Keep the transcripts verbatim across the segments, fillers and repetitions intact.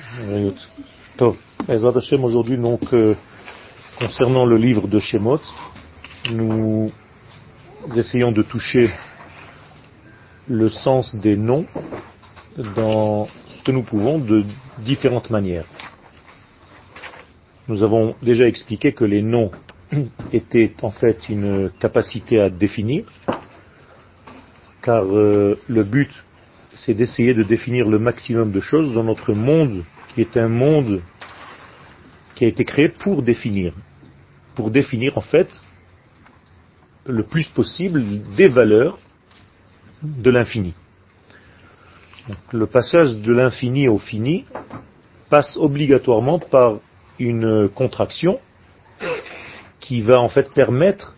Tov. Ezrat Hashem, aujourd'hui, donc, euh, concernant le livre de Shemot, nous essayons de toucher le sens des noms dans ce que nous pouvons de différentes manières. Nous avons déjà expliqué que les noms étaient en fait une capacité à définir, car euh, le but c'est d'essayer de définir le maximum de choses dans notre monde, qui est un monde qui a été créé pour définir, pour définir en fait le plus possible des valeurs de l'infini. Donc, le passage de l'infini au fini passe obligatoirement par une contraction qui va en fait permettre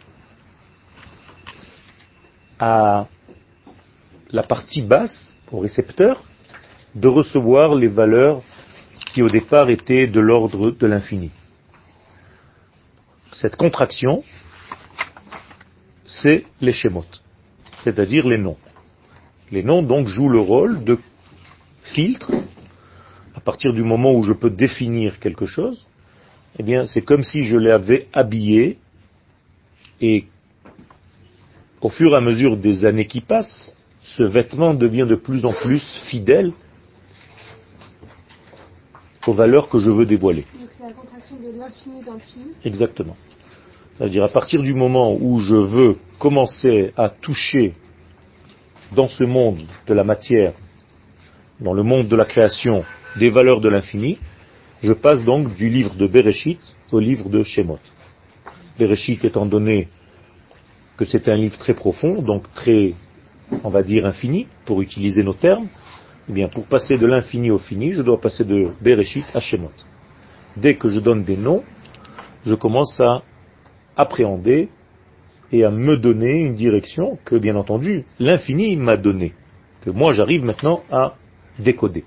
à la partie basse, au récepteur, de recevoir les valeurs qui au départ étaient de l'ordre de l'infini. Cette contraction, c'est les Shemot, c'est-à-dire les noms. Les noms donc jouent le rôle de filtre. À partir du moment où je peux définir quelque chose, eh bien c'est comme si je l'avais habillé, et au fur et à mesure des années qui passent, ce vêtement devient de plus en plus fidèle aux valeurs que je veux dévoiler. Donc c'est la contraction de l'infini dans le fini. Exactement. C'est-à-dire à partir du moment où je veux commencer à toucher dans ce monde de la matière, dans le monde de la création, des valeurs de l'infini, je passe donc du livre de Bereshit au livre de Shemot. Bereshit étant donné que c'est un livre très profond, donc très, on va dire, infini, pour utiliser nos termes, eh bien, pour passer de l'infini au fini, je dois passer de Bereshit à Shemot. Dès que je donne des noms, je commence à appréhender et à me donner une direction que, bien entendu, l'infini m'a donnée, que moi j'arrive maintenant à décoder.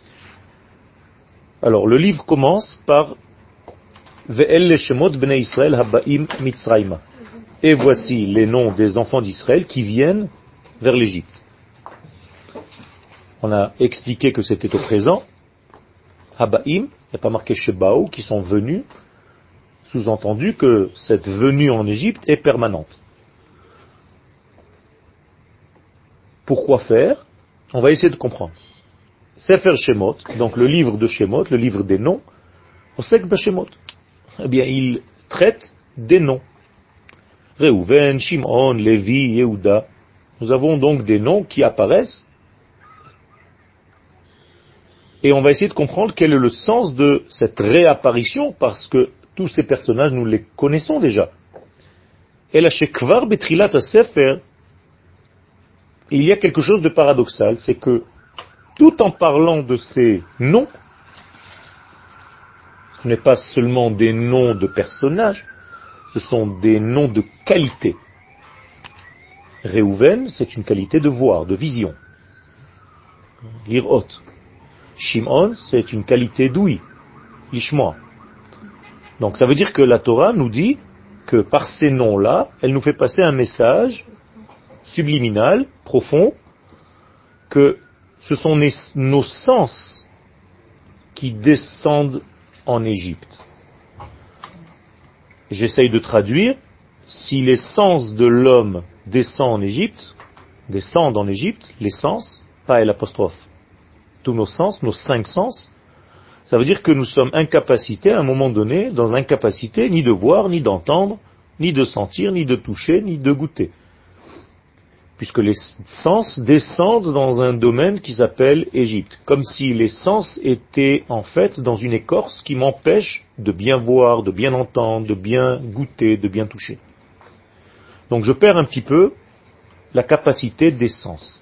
Alors, le livre commence par Ve'el Shemot bnei Israël haba'im Mitzrayma. Et voici les noms des enfants d'Israël qui viennent vers l'Égypte. On a expliqué que c'était au présent. Haba'im, il n'y a pas marqué Shebaou, qui sont venus, sous-entendu que cette venue en Égypte est permanente. Pourquoi faire? On va essayer de comprendre. Sefer Shemot, donc le livre de Shemot, le livre des noms, Osek B'Shemot. Eh bien, il traite des noms. Reuven, Shimon, Lévi, Yehuda. Nous avons donc des noms qui apparaissent et on va essayer de comprendre quel est le sens de cette réapparition, parce que tous ces personnages, nous les connaissons déjà. Et là, chez Kvar Betrilat Sefer, il y a quelque chose de paradoxal, c'est que tout en parlant de ces noms, ce n'est pas seulement des noms de personnages, ce sont des noms de qualité. Reuven, c'est une qualité de voir, de vision. Lirot. Shimon, c'est une qualité d'ouïe. Lishma. Donc ça veut dire que la Torah nous dit que par ces noms-là, elle nous fait passer un message subliminal, profond, que ce sont les, nos sens qui descendent en Égypte. J'essaye de traduire, si les sens de l'homme descendent en Égypte, descendent en Égypte, les sens, pas l'apostrophe, tous nos sens, nos cinq sens, ça veut dire que nous sommes incapacités à un moment donné, dans l'incapacité ni de voir, ni d'entendre, ni de sentir, ni de toucher, ni de goûter. Puisque les sens descendent dans un domaine qui s'appelle Égypte, comme si les sens étaient en fait dans une écorce qui m'empêche de bien voir, de bien entendre, de bien goûter, de bien toucher. Donc je perds un petit peu la capacité des sens.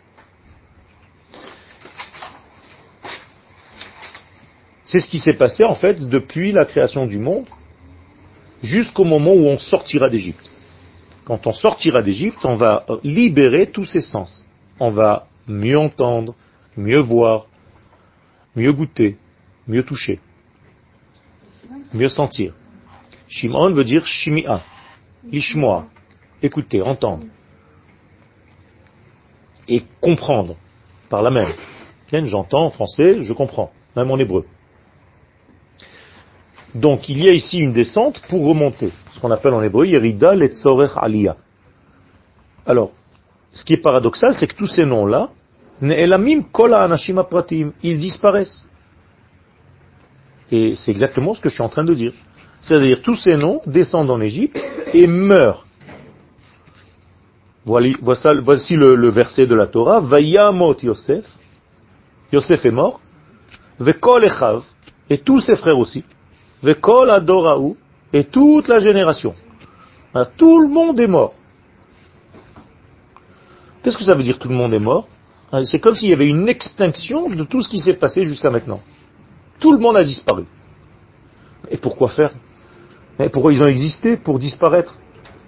C'est ce qui s'est passé en fait depuis la création du monde jusqu'au moment où on sortira d'Égypte. Quand on sortira d'Égypte, on va libérer tous ces sens. On va mieux entendre, mieux voir, mieux goûter, mieux toucher, mieux sentir. Shimon veut dire shimi'a, lishmoa, écouter, entendre. Et comprendre, par la même. J'entends en français, je comprends, même en hébreu. Donc il y a ici une descente pour remonter, ce qu'on appelle en hébreu Yerida letzorech aliyah. Alors, ce qui est paradoxal, c'est que tous ces noms-là, ne'elamim kol ha'anashim hapratim, ils disparaissent. Et c'est exactement ce que je suis en train de dire. C'est-à-dire, tous ces noms descendent en Égypte et meurent. Voici le, le verset de la Torah. Vayamot Yosef. Yosef est mort. Vekol echav. Et tous ses frères aussi. Vekol adoraou. Et toute la génération. Alors, tout le monde est mort. Qu'est-ce que ça veut dire tout le monde est mort? C'est comme s'il y avait une extinction de tout ce qui s'est passé jusqu'à maintenant. Tout le monde a disparu. Et pourquoi faire? Mais pourquoi ils ont existé? Pour disparaître.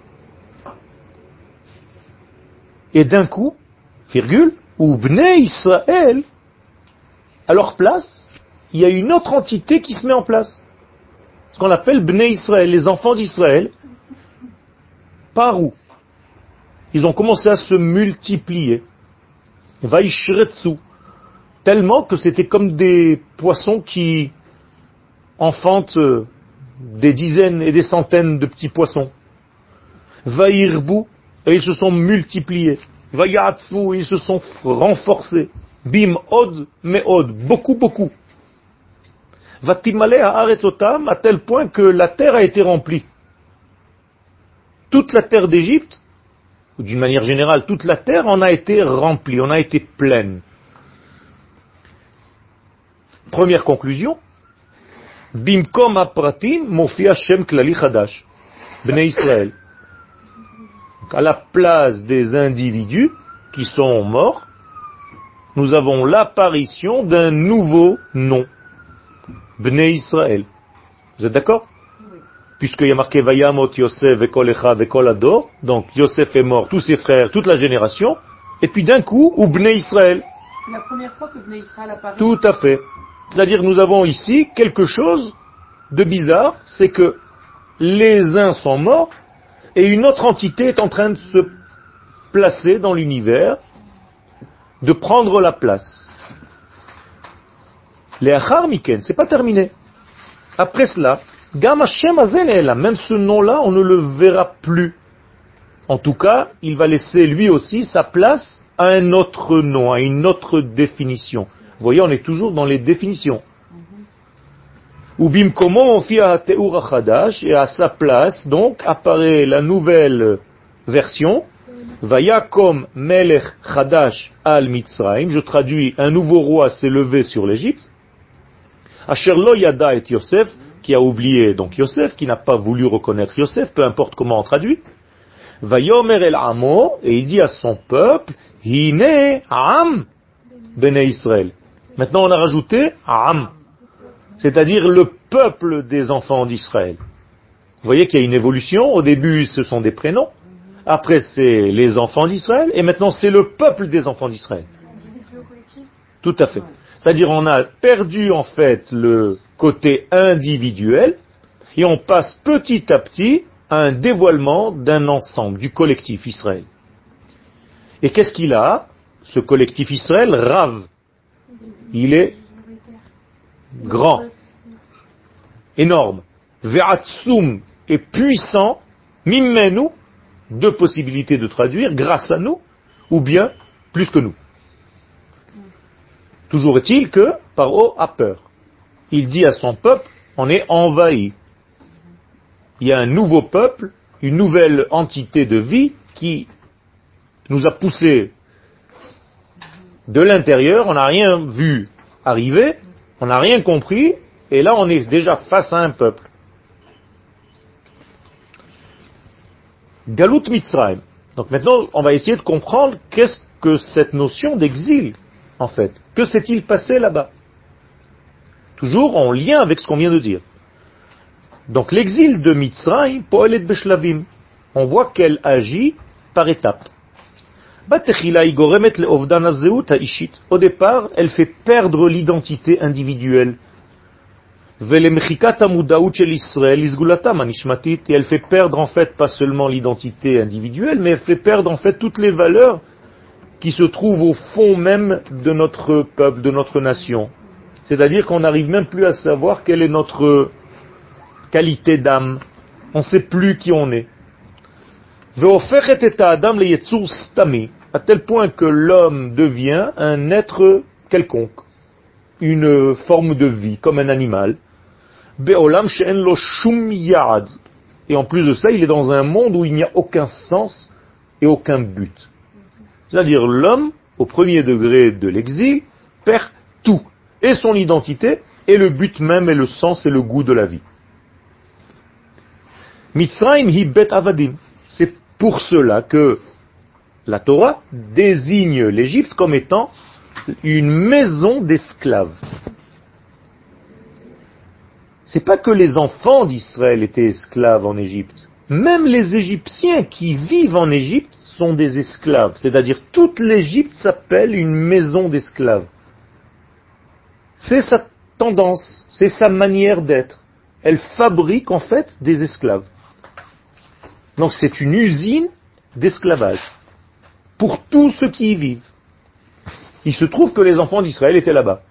Et d'un coup, virgule, ou Bnei Israël, à leur place, il y a une autre entité qui se met en place. Ce qu'on appelle Bnei Israël, les enfants d'Israël. Par où? Ils ont commencé à se multiplier. Vaishretsu. Tellement que c'était comme des poissons qui enfantent des dizaines et des centaines de petits poissons. Vairbu. Et ils se sont multipliés. Vayatsu. Ils se sont renforcés. Bim od meod. Beaucoup, beaucoup. Vatimale haaretzotam, à tel point que la terre a été remplie. Toute la terre d'Égypte, d'une manière générale, toute la terre en a été remplie, en a été pleine. Première conclusion. Bimkom apratim mofia shem klali chadash. Bnei Israël. À la place des individus qui sont morts, nous avons l'apparition d'un nouveau nom. Bnei Israël. Vous êtes d'accord? Puisqu'il y a marqué Vayamot Yosef vekol echa vekol ador, donc Yosef est mort, tous ses frères, toute la génération, et puis d'un coup, ou Bnei Israël. C'est la première fois que Bnei Israël apparaît. Tout à fait. C'est-à-dire nous avons ici quelque chose de bizarre, c'est que les uns sont morts, et une autre entité est en train de se placer dans l'univers, de prendre la place. Les Achar Miken, c'est pas terminé. Après cela, Gam Hashem Azen, même ce nom-là, on ne le verra plus. En tout cas, il va laisser lui aussi sa place à un autre nom, à une autre définition. Vous voyez, on est toujours dans les définitions. Ubim Komo OfiaTeur Achadash, et à sa place, donc, apparaît la nouvelle version. Vayakom Melech Chadash al Mitzrayim. Je traduis, un nouveau roi s'est levé sur l'Égypte. Asher lo yada et Yosef, qui a oublié donc Yosef, qui n'a pas voulu reconnaître Yosef, peu importe comment on traduit. Vayomer el amo, et il dit à son peuple, Hine am bnei Israël. Maintenant on a rajouté am, c'est-à-dire le peuple des enfants d'Israël. Vous voyez qu'il y a une évolution. Au début ce sont des prénoms, après c'est les enfants d'Israël, et maintenant c'est le peuple des enfants d'Israël. Tout à fait. C'est-à-dire on a perdu en fait le côté individuel et on passe petit à petit à un dévoilement d'un ensemble, du collectif Israël. Et qu'est-ce qu'il a, ce collectif Israël? Rav. Il est grand, énorme. Ve'atsum est puissant. Mimmenu, deux possibilités de traduire, grâce à nous, ou bien plus que nous. Toujours est-il que Paro a peur. Il dit à son peuple, on est envahi. Il y a un nouveau peuple, une nouvelle entité de vie qui nous a poussés de l'intérieur, on n'a rien vu arriver, on n'a rien compris, et là on est déjà face à un peuple. Galut Mitzrayim. Donc maintenant on va essayer de comprendre qu'est-ce que cette notion d'exil, en fait. Que s'est-il passé là-bas? Toujours en lien avec ce qu'on vient de dire. Donc l'exil de Mitzrayim, Poelet Beshlavim, on voit qu'elle agit par étapes. Au départ, elle fait perdre l'identité individuelle. Et elle fait perdre en fait pas seulement l'identité individuelle, mais elle fait perdre en fait toutes les valeurs qui se trouvent au fond même de notre peuple, de notre nation. C'est-à-dire qu'on n'arrive même plus à savoir quelle est notre qualité d'âme. On ne sait plus qui on est. À tel point que l'homme devient un être quelconque, une forme de vie, comme un animal. Et en plus de ça, il est dans un monde où il n'y a aucun sens et aucun but. C'est-à-dire l'homme, au premier degré de l'exil, perd tout, et son identité, et le but même, et le sens, et le goût de la vie. Mitzrayim hi bet avadim. C'est pour cela que la Torah désigne l'Égypte comme étant une maison d'esclaves. C'est pas que les enfants d'Israël étaient esclaves en Égypte. Même les Égyptiens qui vivent en Égypte sont des esclaves. C'est-à-dire toute l'Égypte s'appelle une maison d'esclaves. C'est sa tendance, c'est sa manière d'être. Elle fabrique en fait des esclaves. Donc c'est une usine d'esclavage pour tous ceux qui y vivent. Il se trouve que les enfants d'Israël étaient là-bas.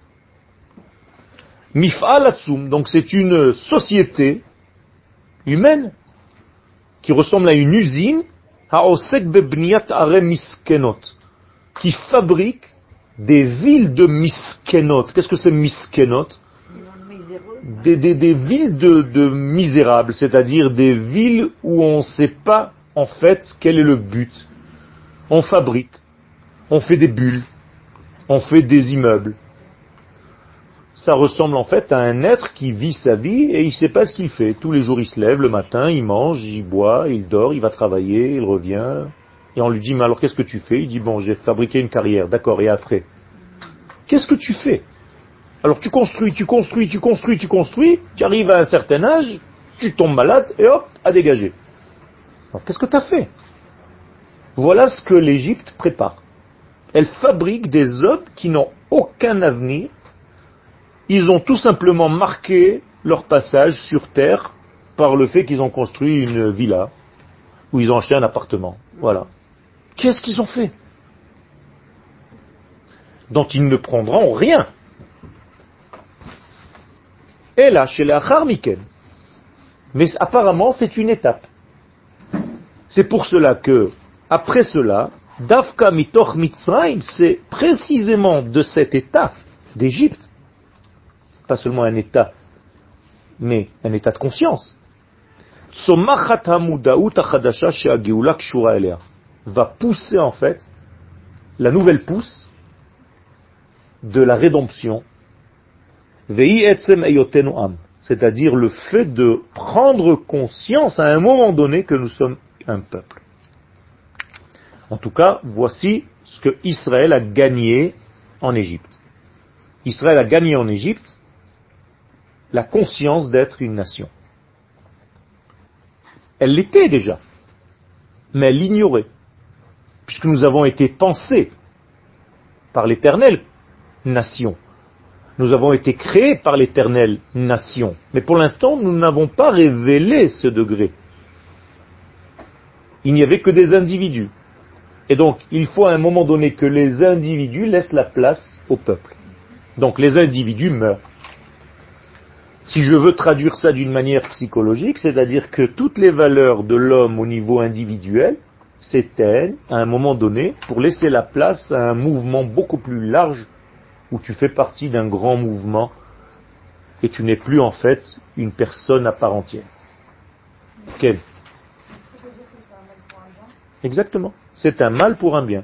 Mif'al Atzum, donc c'est une société humaine qui ressemble à une usine, Ha'osek bebniyat are miskenot, qui fabrique des villes de miskenot. Qu'est-ce que c'est miskenot? Des, des, des villes de, de misérables, c'est-à-dire des villes où on ne sait pas en fait quel est le but. On fabrique, on fait des bulles, on fait des immeubles. Ça ressemble en fait à un être qui vit sa vie et il ne sait pas ce qu'il fait. Tous les jours il se lève le matin, il mange, il boit, il dort, il va travailler, il revient. Et on lui dit, mais alors qu'est-ce que tu fais? Il dit, bon, j'ai fabriqué une carrière, d'accord, et après? Qu'est-ce que tu fais? Alors tu construis, tu construis, tu construis, tu construis, tu arrives à un certain âge, tu tombes malade et hop, à dégager. Alors qu'est-ce que tu as fait? Voilà ce que l'Égypte prépare. Elle fabrique des hommes qui n'ont aucun avenir. Ils ont tout simplement marqué leur passage sur terre par le fait qu'ils ont construit une villa où ils ont acheté un appartement. Voilà. Qu'est-ce qu'ils ont fait? Dont ils ne prendront rien. Et là, chez les Achar Miken. Mais apparemment, c'est une étape. C'est pour cela que, après cela, Dafka mitoch Mitzrayim, c'est précisément de cet état d'Égypte, pas seulement un état, mais un état de conscience, va pousser en fait la nouvelle pousse de la rédemption, c'est-à-dire le fait de prendre conscience à un moment donné que nous sommes un peuple. En tout cas, voici ce que Israël a gagné en Égypte. Israël a gagné en Égypte la conscience d'être une nation. Elle l'était déjà, mais elle l'ignorait, puisque nous avons été pensés par l'éternelle nation. Nous avons été créés par l'éternelle nation. Mais pour l'instant, nous n'avons pas révélé ce degré. Il n'y avait que des individus. Et donc, il faut à un moment donné que les individus laissent la place au peuple. Donc, les individus meurent. Si je veux traduire ça d'une manière psychologique, c'est-à-dire que toutes les valeurs de l'homme au niveau individuel s'éteignent à un moment donné pour laisser la place à un mouvement beaucoup plus large où tu fais partie d'un grand mouvement et tu n'es plus en fait une personne à part entière. Quel? Exactement. C'est un mal pour un bien.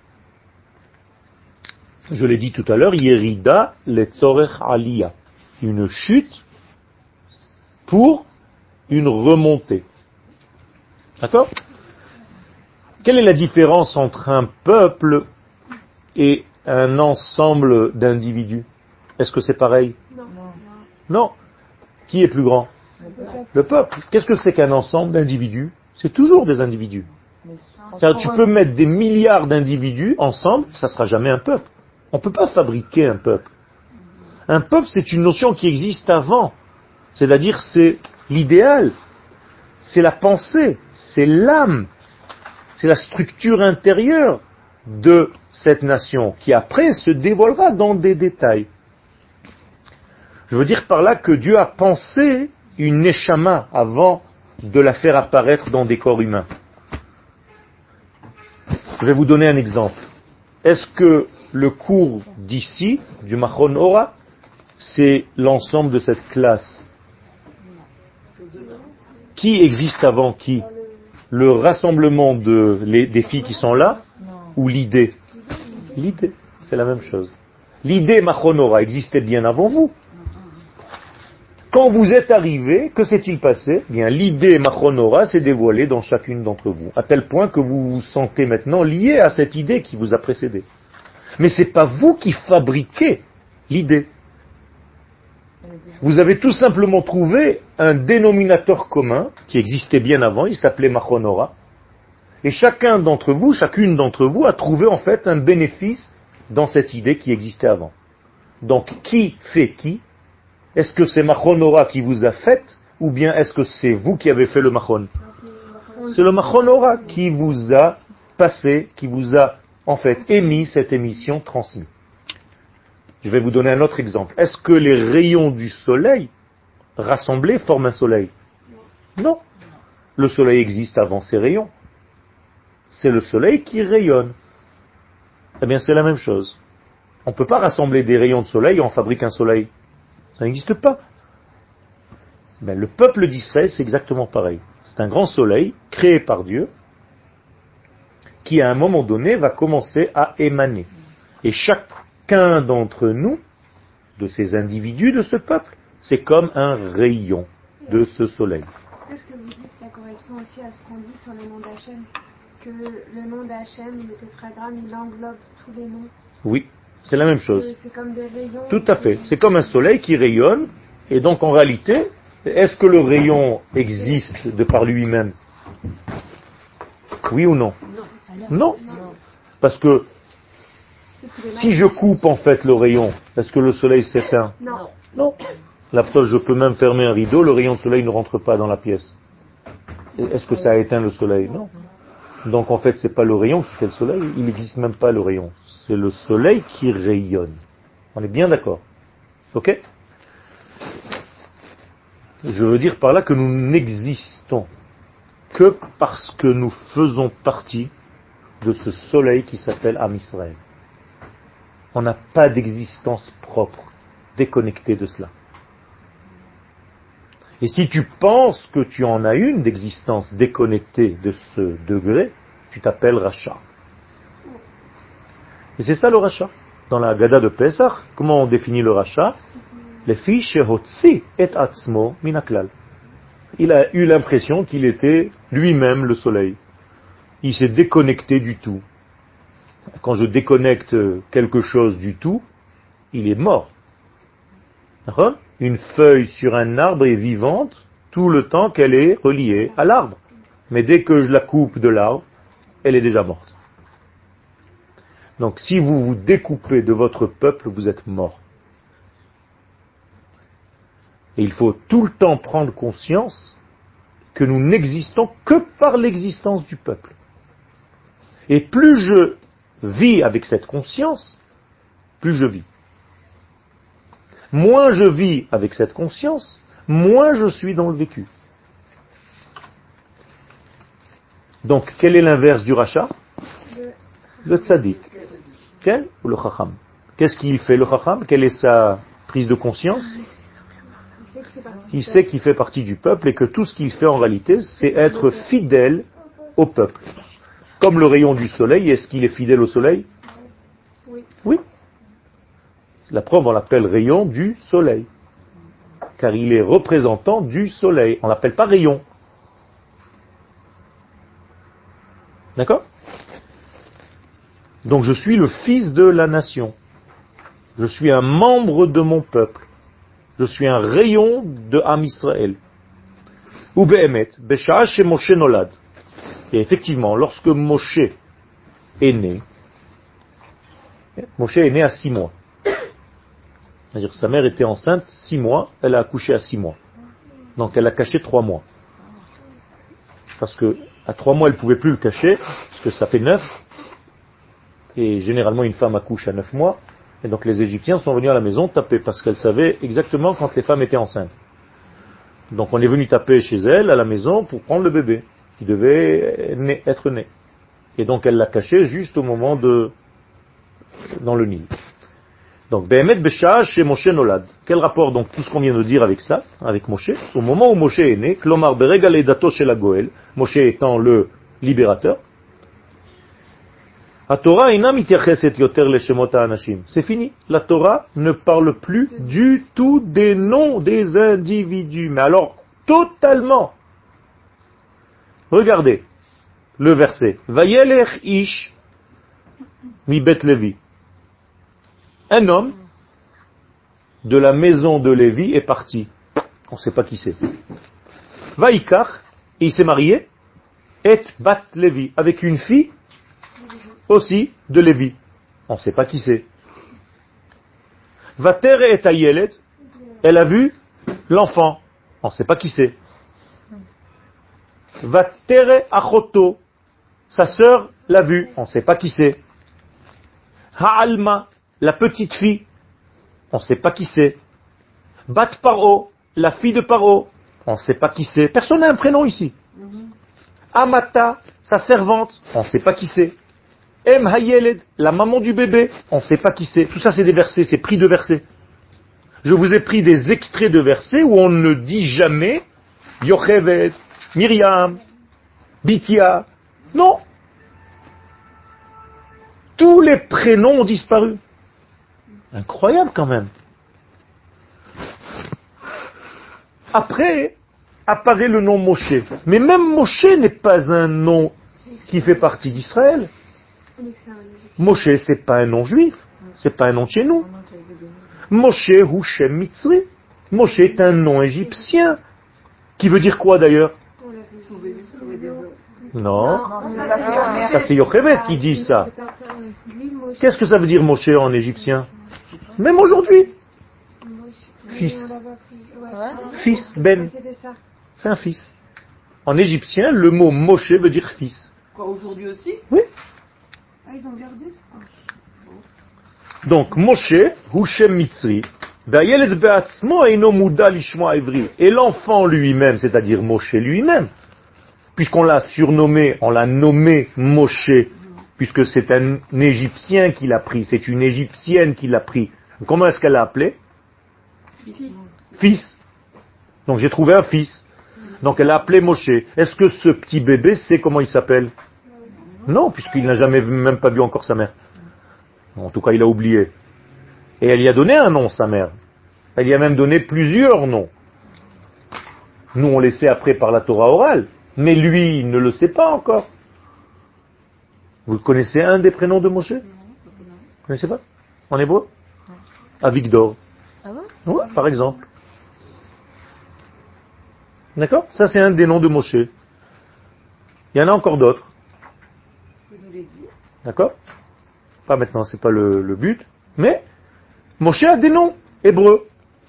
Je l'ai dit tout à l'heure, Yerida letzorech aliyah. Une chute pour une remontée. D'accord? Quelle est la différence entre un peuple et un ensemble d'individus? Est-ce que c'est pareil? Non. Non. Qui est plus grand? Le peuple. Qu'est-ce que c'est qu'un ensemble d'individus? C'est toujours des individus. C'est-à-dire, tu peux mettre des milliards d'individus ensemble, ça ne sera jamais un peuple. On ne peut pas fabriquer un peuple. Un peuple, c'est une notion qui existe avant. C'est-à-dire, c'est l'idéal, c'est la pensée, c'est l'âme, c'est la structure intérieure de cette nation qui après se dévoilera dans des détails. Je veux dire par là que Dieu a pensé une neshama avant de la faire apparaître dans des corps humains. Je vais vous donner un exemple. Est-ce que le cours d'ici, du Machon Ora, c'est l'ensemble de cette classe? Qui existe avant qui? Le rassemblement de, les, des filles qui sont là ou l'idée? L'idée, c'est la même chose. L'idée Machon Ora existait bien avant vous. Quand vous êtes arrivé, que s'est-il passé? Eh bien, l'idée Machon Ora s'est dévoilée dans chacune d'entre vous, à tel point que vous vous sentez maintenant lié à cette idée qui vous a précédé. Mais ce n'est pas vous qui fabriquez l'idée. Vous avez tout simplement trouvé un dénominateur commun qui existait bien avant, il s'appelait Machon Ora, et chacun d'entre vous, chacune d'entre vous a trouvé en fait un bénéfice dans cette idée qui existait avant. Donc, qui fait qui? Est-ce que c'est Machon Ora qui vous a fait, ou bien est-ce que c'est vous qui avez fait le Machon? C'est le Machon Ora qui vous a passé, qui vous a en fait émis cette émission transmise. Je vais vous donner un autre exemple. Est-ce que les rayons du soleil rassemblés forment un soleil? Non. Le soleil existe avant ces rayons. C'est le soleil qui rayonne. Eh bien, c'est la même chose. On ne peut pas rassembler des rayons de soleil et on fabrique un soleil. Ça n'existe pas. Ben, le peuple d'Israël, c'est exactement pareil. C'est un grand soleil créé par Dieu qui, à un moment donné, va commencer à émaner. Et chacun d'entre nous, de ces individus de ce peuple, c'est comme un rayon de ce soleil. Est-ce que ce que vous dites, ça correspond aussi à ce qu'on dit sur le nom d'Hachem? Que le nom d'Hachem, le tétragramme, il englobe tous les noms? Oui, c'est la même chose. C'est comme des rayons. Tout à fait. C'est comme un soleil qui rayonne. Et donc, en réalité, est-ce que le rayon existe de par lui-même? Oui ou non? Non. Parce que si je coupe en fait le rayon, est-ce que le soleil s'éteint? Non. Non. La preuve, je peux même fermer un rideau, le rayon de soleil ne rentre pas dans la pièce. Est-ce que ça a éteint le soleil? Non. Donc en fait, c'est pas le rayon qui fait le soleil, il n'existe même pas le rayon. C'est le soleil qui rayonne. On est bien d'accord? Ok? Je veux dire par là que nous n'existons que parce que nous faisons partie de ce soleil qui s'appelle Am Israël. On n'a pas d'existence propre, déconnectée de cela. Et si tu penses que tu en as une d'existence déconnectée de ce degré, tu t'appelles Racha. Et c'est ça le Racha. Dans la Haggadah de Pesach, comment on définit le Racha? Le fi shehotzi et atzmo minaklal. Il a eu l'impression qu'il était lui-même le soleil. Il s'est déconnecté du tout. Quand je déconnecte quelque chose du tout, il est mort. D'accord? Une feuille sur un arbre est vivante tout le temps qu'elle est reliée à l'arbre. Mais dès que je la coupe de l'arbre, elle est déjà morte. Donc si vous vous découpez de votre peuple, vous êtes mort. Et il faut tout le temps prendre conscience que nous n'existons que par l'existence du peuple. Et plus je vis avec cette conscience, plus je vis. Moins je vis avec cette conscience, moins je suis dans le vécu. Donc, quel est l'inverse du rachat? Le tzaddik. Quel? Ou le chacham. Qu'est-ce qu'il fait le chacham? Quelle est sa prise de conscience? Il sait qu'il fait partie du peuple et que tout ce qu'il fait en réalité, c'est être fidèle au peuple. Comme le rayon du soleil, est-ce qu'il est fidèle au soleil? Oui. Oui. La preuve, on l'appelle rayon du soleil. Car il est représentant du soleil. On ne l'appelle pas rayon. D'accord? Donc je suis le fils de la nation. Je suis un membre de mon peuple. Je suis un rayon de Am Israël. Ou be'emet, besha'a she Moshe nolad. Et effectivement, lorsque Moshe est né, Moshe est né à six mois. C'est-à-dire que sa mère était enceinte six mois, elle a accouché à six mois. Donc elle a caché trois mois. Parce que à trois mois, elle ne pouvait plus le cacher, parce que ça fait neuf. Et généralement, une femme accouche à neuf mois. Et donc les Égyptiens sont venus à la maison taper, parce qu'elles savaient exactement quand les femmes étaient enceintes. Donc on est venu taper chez elle, à la maison, pour prendre le bébé, qui devait né, être né. Et donc elle l'a caché juste au moment de... dans le Nil. Donc, Behemet Beshah chez Moshe Nolad. Quel rapport donc tout ce qu'on vient de dire avec ça, avec Moshe? Au moment où Moshe est né, Klomar Berega Ledato chez la Goël, Moshe étant le libérateur, la Torah inam itiacheset yoter le shemot ha'anashim. C'est fini. La Torah ne parle plus du tout des noms des individus. Mais alors, totalement. Regardez le verset. Vayelech ish mi bet Levi. Un homme de la maison de Lévi est parti. On ne sait pas qui c'est. Vaïkar, il s'est marié, et bat Lévi, avec une fille aussi de Lévi. On ne sait pas qui c'est. Vatere et Ayelet, elle a vu l'enfant. On ne sait pas qui c'est. Vatere Achoto, sa sœur l'a vu. On ne sait pas qui c'est. Ha'alma, la petite fille, on ne sait pas qui c'est. Bat Paro, la fille de Paro, on ne sait pas qui c'est. Personne n'a un prénom ici. Mm-hmm. Amata, sa servante, on ne sait pas qui c'est. Em Hayeled, la maman du bébé, on ne sait pas qui c'est. Tout ça c'est des versets, c'est pris de versets. Je vous ai pris des extraits de versets où on ne dit jamais Yocheved, Myriam, Bitia. Non. Tous les prénoms ont disparu. Incroyable quand même. Après, apparaît le nom Moshe. Mais même Moshe n'est pas un nom qui fait partie d'Israël. Moshe, c'est pas un nom juif. C'est pas un nom de chez nous. Moshe ou Shem Mitzri. Moshe est un nom égyptien. Qui veut dire quoi d'ailleurs? Non. Ça c'est Yocheved qui dit ça. Qu'est-ce que ça veut dire Moshe en égyptien? Même aujourd'hui. Fils. Fils, Ben. C'est un fils. En égyptien, le mot Moshe veut dire fils. Quoi, aujourd'hui aussi? Oui. Ah, ils ont gardé ça. Donc, Moshe, Hushem Mitzri, et l'enfant lui-même, c'est-à-dire Moshe lui-même, puisqu'on l'a surnommé, on l'a nommé Moshe, puisque c'est un Égyptien qui l'a pris, c'est une Égyptienne qui l'a pris. Comment est-ce qu'elle l'a appelé? Fils. Fils. Donc j'ai trouvé un fils. Donc elle l'a appelé Moshe. Est-ce que ce petit bébé sait comment il s'appelle? Non, puisqu'il n'a jamais même pas vu encore sa mère. En tout cas, il a oublié. Et elle y a donné un nom, sa mère. Elle y a même donné plusieurs noms. Nous, on les sait après par la Torah orale. Mais lui, il ne le sait pas encore. Vous connaissez un des prénoms de Moshe? Vous ne connaissez pas? En hébreu? Avigdor. Ah bon? Ouais, par exemple. D'accord? Ça, c'est un des noms de Moshe. Il y en a encore d'autres. D'accord? Pas maintenant, c'est pas le, le but. Mais, Moshe a des noms hébreux.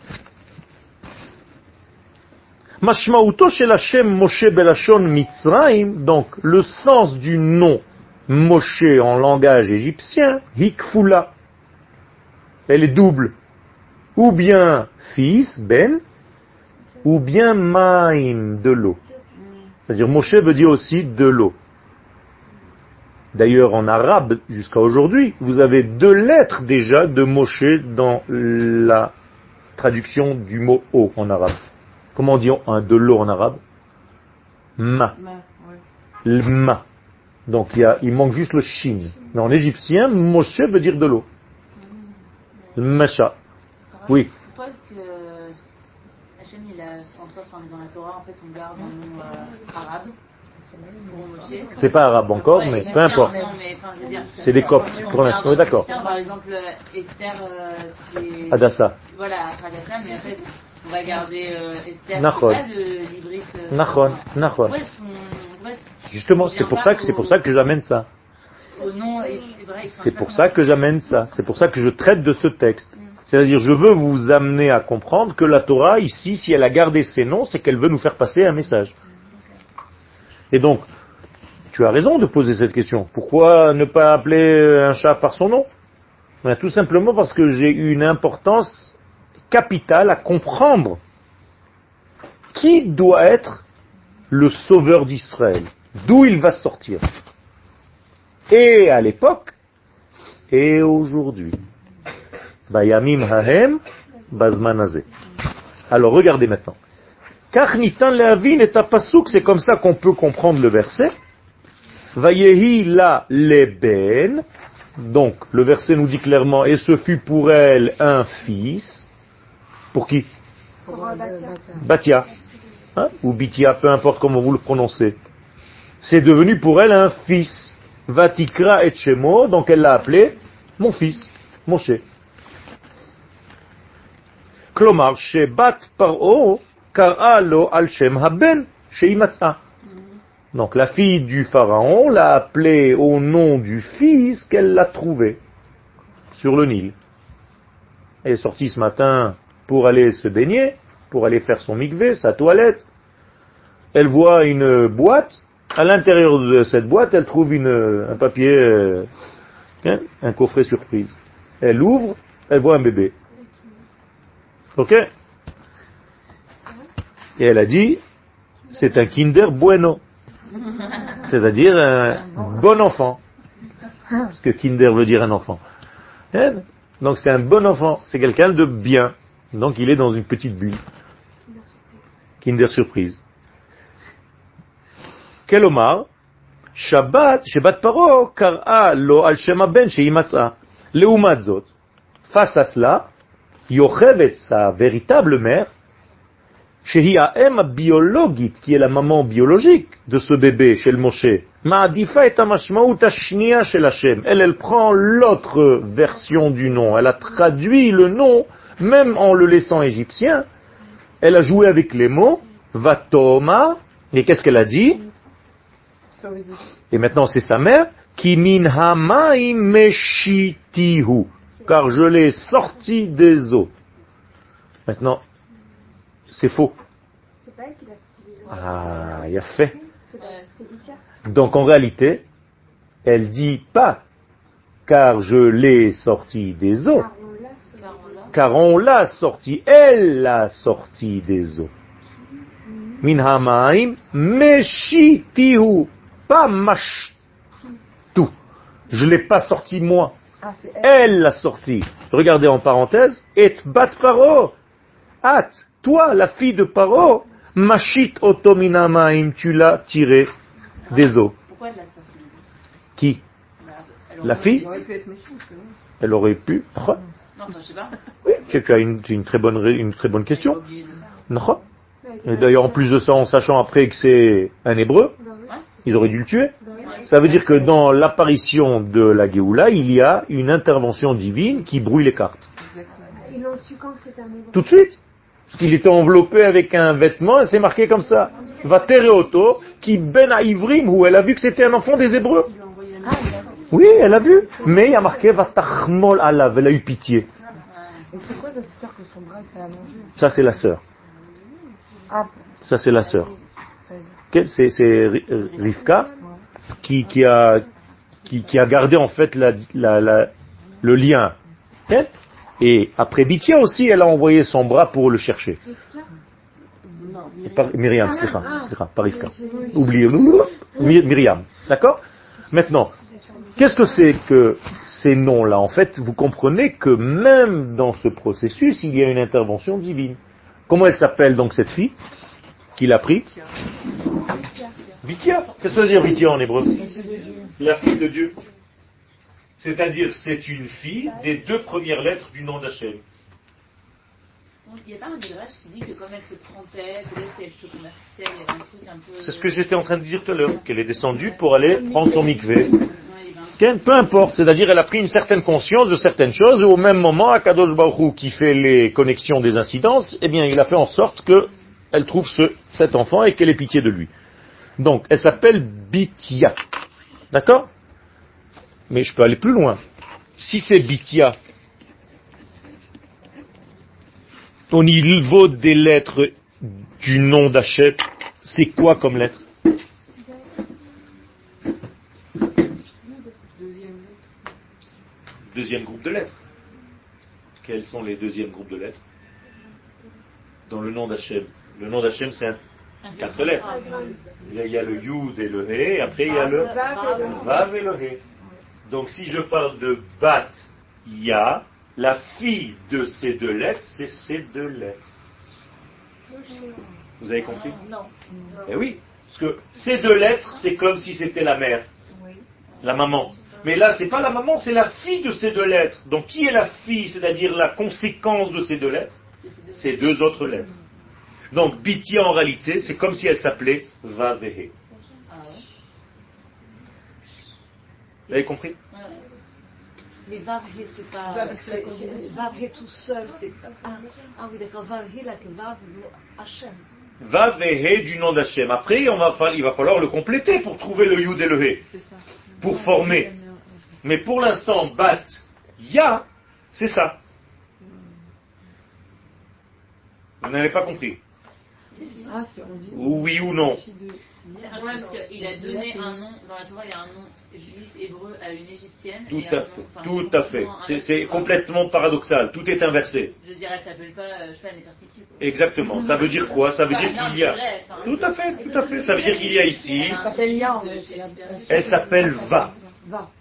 Mashmauto shel Hashem Moshe belashon Mitzrayim, donc le sens du nom Moshe en langage égyptien, hikfula, elle est double, ou bien fils, ben, ou bien maim, de l'eau. C'est-à-dire Moshe veut dire aussi de l'eau. D'ailleurs en arabe, jusqu'à aujourd'hui, vous avez deux lettres déjà de Moshe dans la traduction du mot eau en arabe. Comment on dit un de l'eau en arabe? Ma. Le ma. Donc il, y a, il manque juste le shin. Mais en égyptien, Moshe veut dire de l'eau. Le masha. Oui. Pourquoi est-ce que Hachem, il a fait en sorte, enfin, dans la Torah, en fait, on garde un nom euh, arabe pour Moshe? C'est pas arabe encore, ouais, mais peu importe. Non, mais, enfin, je veux dire, c'est des coptes pour l'instant. Oui, d'accord. Par exemple, Esther, euh, c'est... Hadassa. Voilà, Hadassa, mais en fait, on va garder euh, Esther. Nachon. Pas de l'hybride. Euh, Nachon. Nachon. Justement, c'est pour ça que c'est pour ça que j'amène ça. Au nom, c'est pour ça que j'amène ça. C'est pour ça que je traite de ce texte. C'est-à-dire, je veux vous amener à comprendre que la Torah, ici, si elle a gardé ses noms, c'est qu'elle veut nous faire passer un message. Et donc, tu as raison de poser cette question. Pourquoi ne pas appeler un chat par son nom? Ben, tout simplement parce que j'ai eu une importance capitale à comprendre qui doit être le sauveur d'Israël, d'où il va sortir. Et à l'époque, et aujourd'hui. Bayamim hahem, bazman hazeh. Alors regardez maintenant. Kach nitan lehavin et pasuk, c'est comme ça qu'on peut comprendre le verset. Vayehi la leben. Donc le verset nous dit clairement, et ce fut pour elle un fils. Pour qui? Pour euh, Batia. Batia. Hein? Ou Bitia, peu importe comment vous le prononcez. C'est devenu pour elle un fils. Vatikra et Shemo, donc elle l'a appelé mon fils, Moshe. Klomar, shebat paro kara lo al shem haben sheimatza. Donc la fille du pharaon l'a appelé au nom du fils qu'elle l'a trouvé sur le Nil. Elle est sortie ce matin pour aller se baigner, pour aller faire son mikvé, sa toilette. Elle voit une boîte. À l'intérieur de cette boîte, elle trouve une, un papier, euh, un coffret surprise. Elle ouvre, elle voit un bébé. Ok? Et elle a dit, c'est un Kinder Bueno. C'est-à-dire un bon enfant. Parce que Kinder veut dire un enfant. Donc c'est un bon enfant, c'est quelqu'un de bien. Donc il est dans une petite bulle. Kinder surprise. Kelomar, Shabbat, Shabbat Paro, Kar'a lo al Shema ben sheimatza. Leumat zot. Face à cela, Yochevet, sa véritable mère, Shehi ha'em biologite, qui est la maman biologique de ce bébé chez le Moshe, Ma'adifa et hamashmaout hashniya shel Hashem. Elle, elle prend l'autre version du nom. Elle a traduit le nom, même en le laissant égyptien. Elle a joué avec les mots, Vatoma, et qu'est-ce qu'elle a dit? Et maintenant c'est sa mère, Ki min hamaim meshitihu, car je l'ai sorti des eaux. Maintenant, c'est faux. C'est pas elle qui l'a sorti des eaux. Ah, il a fait. C'est c'est Bitia. Donc en réalité, elle dit pas, car je l'ai sorti des eaux, Car on l'a sorti. car on l'a sorti, elle l'a sorti des eaux. Min hamaim meshitihu. Pas mashtu. Je ne l'ai pas sorti moi. Ah, c'est elle. Elle l'a sorti. Regardez en parenthèse. Et bat paro. At. Toi, la fille de Paro. Mashit otominamaim. Tu l'as tiré des eaux. Pourquoi elle l'a sorti? Qui? Bah, elle La aurait- fille? Il aurait pu être méchant, c'est vrai. Elle aurait pu. Non, enfin, je sais pas. Oui, tu as une, c'est une très bonne, ré- une très bonne Elle a question. oublié de le faire. Non. Mais Et d'ailleurs, en plus de ça, en sachant après que c'est un hébreu, Bah oui. Ouais. ils auraient dû le tuer. Bah oui. Ça veut dire que dans l'apparition de la Géoula, il y a une intervention divine qui brouille les cartes. Exactement. Ils l'ont su quand c'était un hébreu. Tout de suite. Parce qu'il était enveloppé avec un vêtement et c'est marqué comme ça. Va tereoto, qui ben à ivrim, où elle a vu que c'était un enfant des Hébreux. Il lui a envoyé un Ah, message. d'accord. Oui, elle a vu. Mais il y a marqué va tachmol alav, elle a eu pitié. Et c'est quoi cette histoire que son bras ça a mangé aussi? Ça, c'est la sœur. Ah, Ça, c'est la sœur. ça y est. Ok, C'est, c'est Ri- euh, Rivka Ouais. qui, qui, a, qui, qui a gardé en fait la, la, la- le lien. Ok. Et après Bithia aussi, elle a envoyé son bras pour le chercher. Non, Par, Myriam, slicha, slicha, pas Rivka. Oui. Oubliez, My- Myriam. D'accord? Maintenant, qu'est-ce que c'est que ces noms-là? En fait, vous comprenez que même dans ce processus, il y a une intervention divine. Comment elle s'appelle donc cette fille qui l'a pris? Bithia. Qu'est-ce que ça veut dire Bithia en hébreu? La fille de Dieu. C'est-à-dire, c'est une fille des deux premières lettres du nom d'Hachem. Il n'y a pas un midrash qui dit que comme elle se trempait, peut-être qu'elle se convertissait, il y avait un truc un peu... C'est ce que j'étais en train de dire tout à l'heure, qu'elle est descendue pour aller prendre son mikvé. Ouais, il y avait un- Ken, peu importe, c'est-à-dire elle a pris une certaine conscience de certaines choses et au même moment, Akadosh Baruch Hu, qui fait les connexions des incidences, eh bien il a fait en sorte que elle trouve ce, cet enfant et qu'elle ait pitié de lui. Donc elle s'appelle Bithia. D'accord? Mais je peux aller plus loin. Si c'est Bithia, au niveau des lettres du nom d'Hachem, c'est quoi comme lettre? Deuxième groupe de lettres. Quels sont les deuxièmes groupes de lettres? dans le nom d'Hachem? Le nom d'Hachem, c'est un, quatre lettres. Il y, a, il y a le Yud et le He, et après il y a le Vav et le He. Donc si je parle de Bat Ya, la fille de ces deux lettres, c'est ces deux lettres. Vous avez compris? Non. Eh oui, parce que ces deux lettres, c'est comme si c'était la mère, la maman. Mais là, c'est pas la maman, c'est la fille de ces deux lettres. Donc qui est la fille, c'est-à-dire la conséquence de ces deux lettres? Ces deux autres lettres. Donc Bitia en réalité, c'est comme si elle s'appelait Vavehe. Vous avez compris? Mais Vavhe, c'est pas. Vavhe tout seul, c'est. Ah, ah oui, d'accord, Vavhe, là, que Vav, Hachem. Vavehe du nom d'Hachem. Après, on va, il va falloir le compléter pour trouver le Yud et le He. Pour former. Mais pour l'instant, Bat, Ya, c'est ça. Vous n'avez pas compris? Ah, c'est on dit. Oui ou non? C'est incroyable parce qu'il a donné un nom, dans la Torah, il y a un nom juif hébreu à une égyptienne. Tout et à un fait, nom, enfin, tout à fait. C'est, c'est complètement paradoxal. Tout est inversé. Je dirais, elle s'appelle pas, euh, je sais pas, Nefertiti. quoi. Exactement. Ça veut dire quoi? Ça veut dire Enfin, non, qu'il y a. c'est vrai, enfin, Tout à fait, tout à fait. Ça veut dire qu'il y a ici. elle a un s'appelle Ya, en de- fait. chez- chez- Elle s'appelle Va. Va.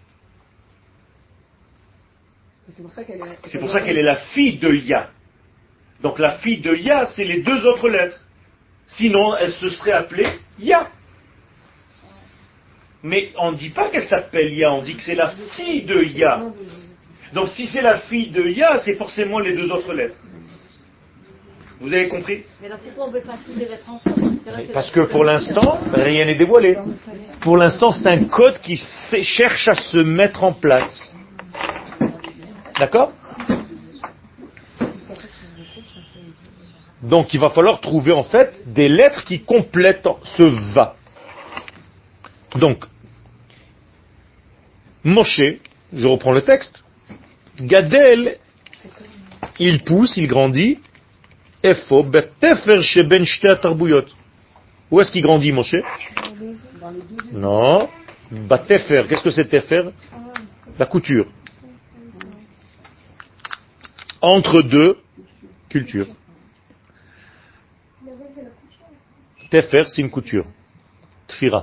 C'est pour ça qu'elle est. C'est pour ça qu'elle est la fille de Ya. Donc la fille de Ya, c'est les deux autres lettres. Sinon, elle se serait appelée Ya. Mais on ne dit pas qu'elle s'appelle Ya, on dit que c'est la fille de Ya. Donc si c'est la fille de Ya, c'est forcément les deux autres lettres. Vous avez compris? Mais là, pourquoi on ne veut pas tous les lettres ensemble? Parce que, là, c'est Parce la- que pour l'instant, rien n'est dévoilé. Pour l'instant, c'est un code qui sait- cherche à se mettre en place. D'accord? Donc il va falloir trouver en fait des lettres qui complètent ce va. Donc, Moshe, je reprends le texte, Gadel, il pousse, il grandit, Efo, Betefer sheben shte atarbuyot. Où est-ce qu'il grandit, Moshe? Non, Batefer, qu'est-ce que c'est Tefer? La couture. Entre deux cultures. Tefer, c'est une couture. Tfira.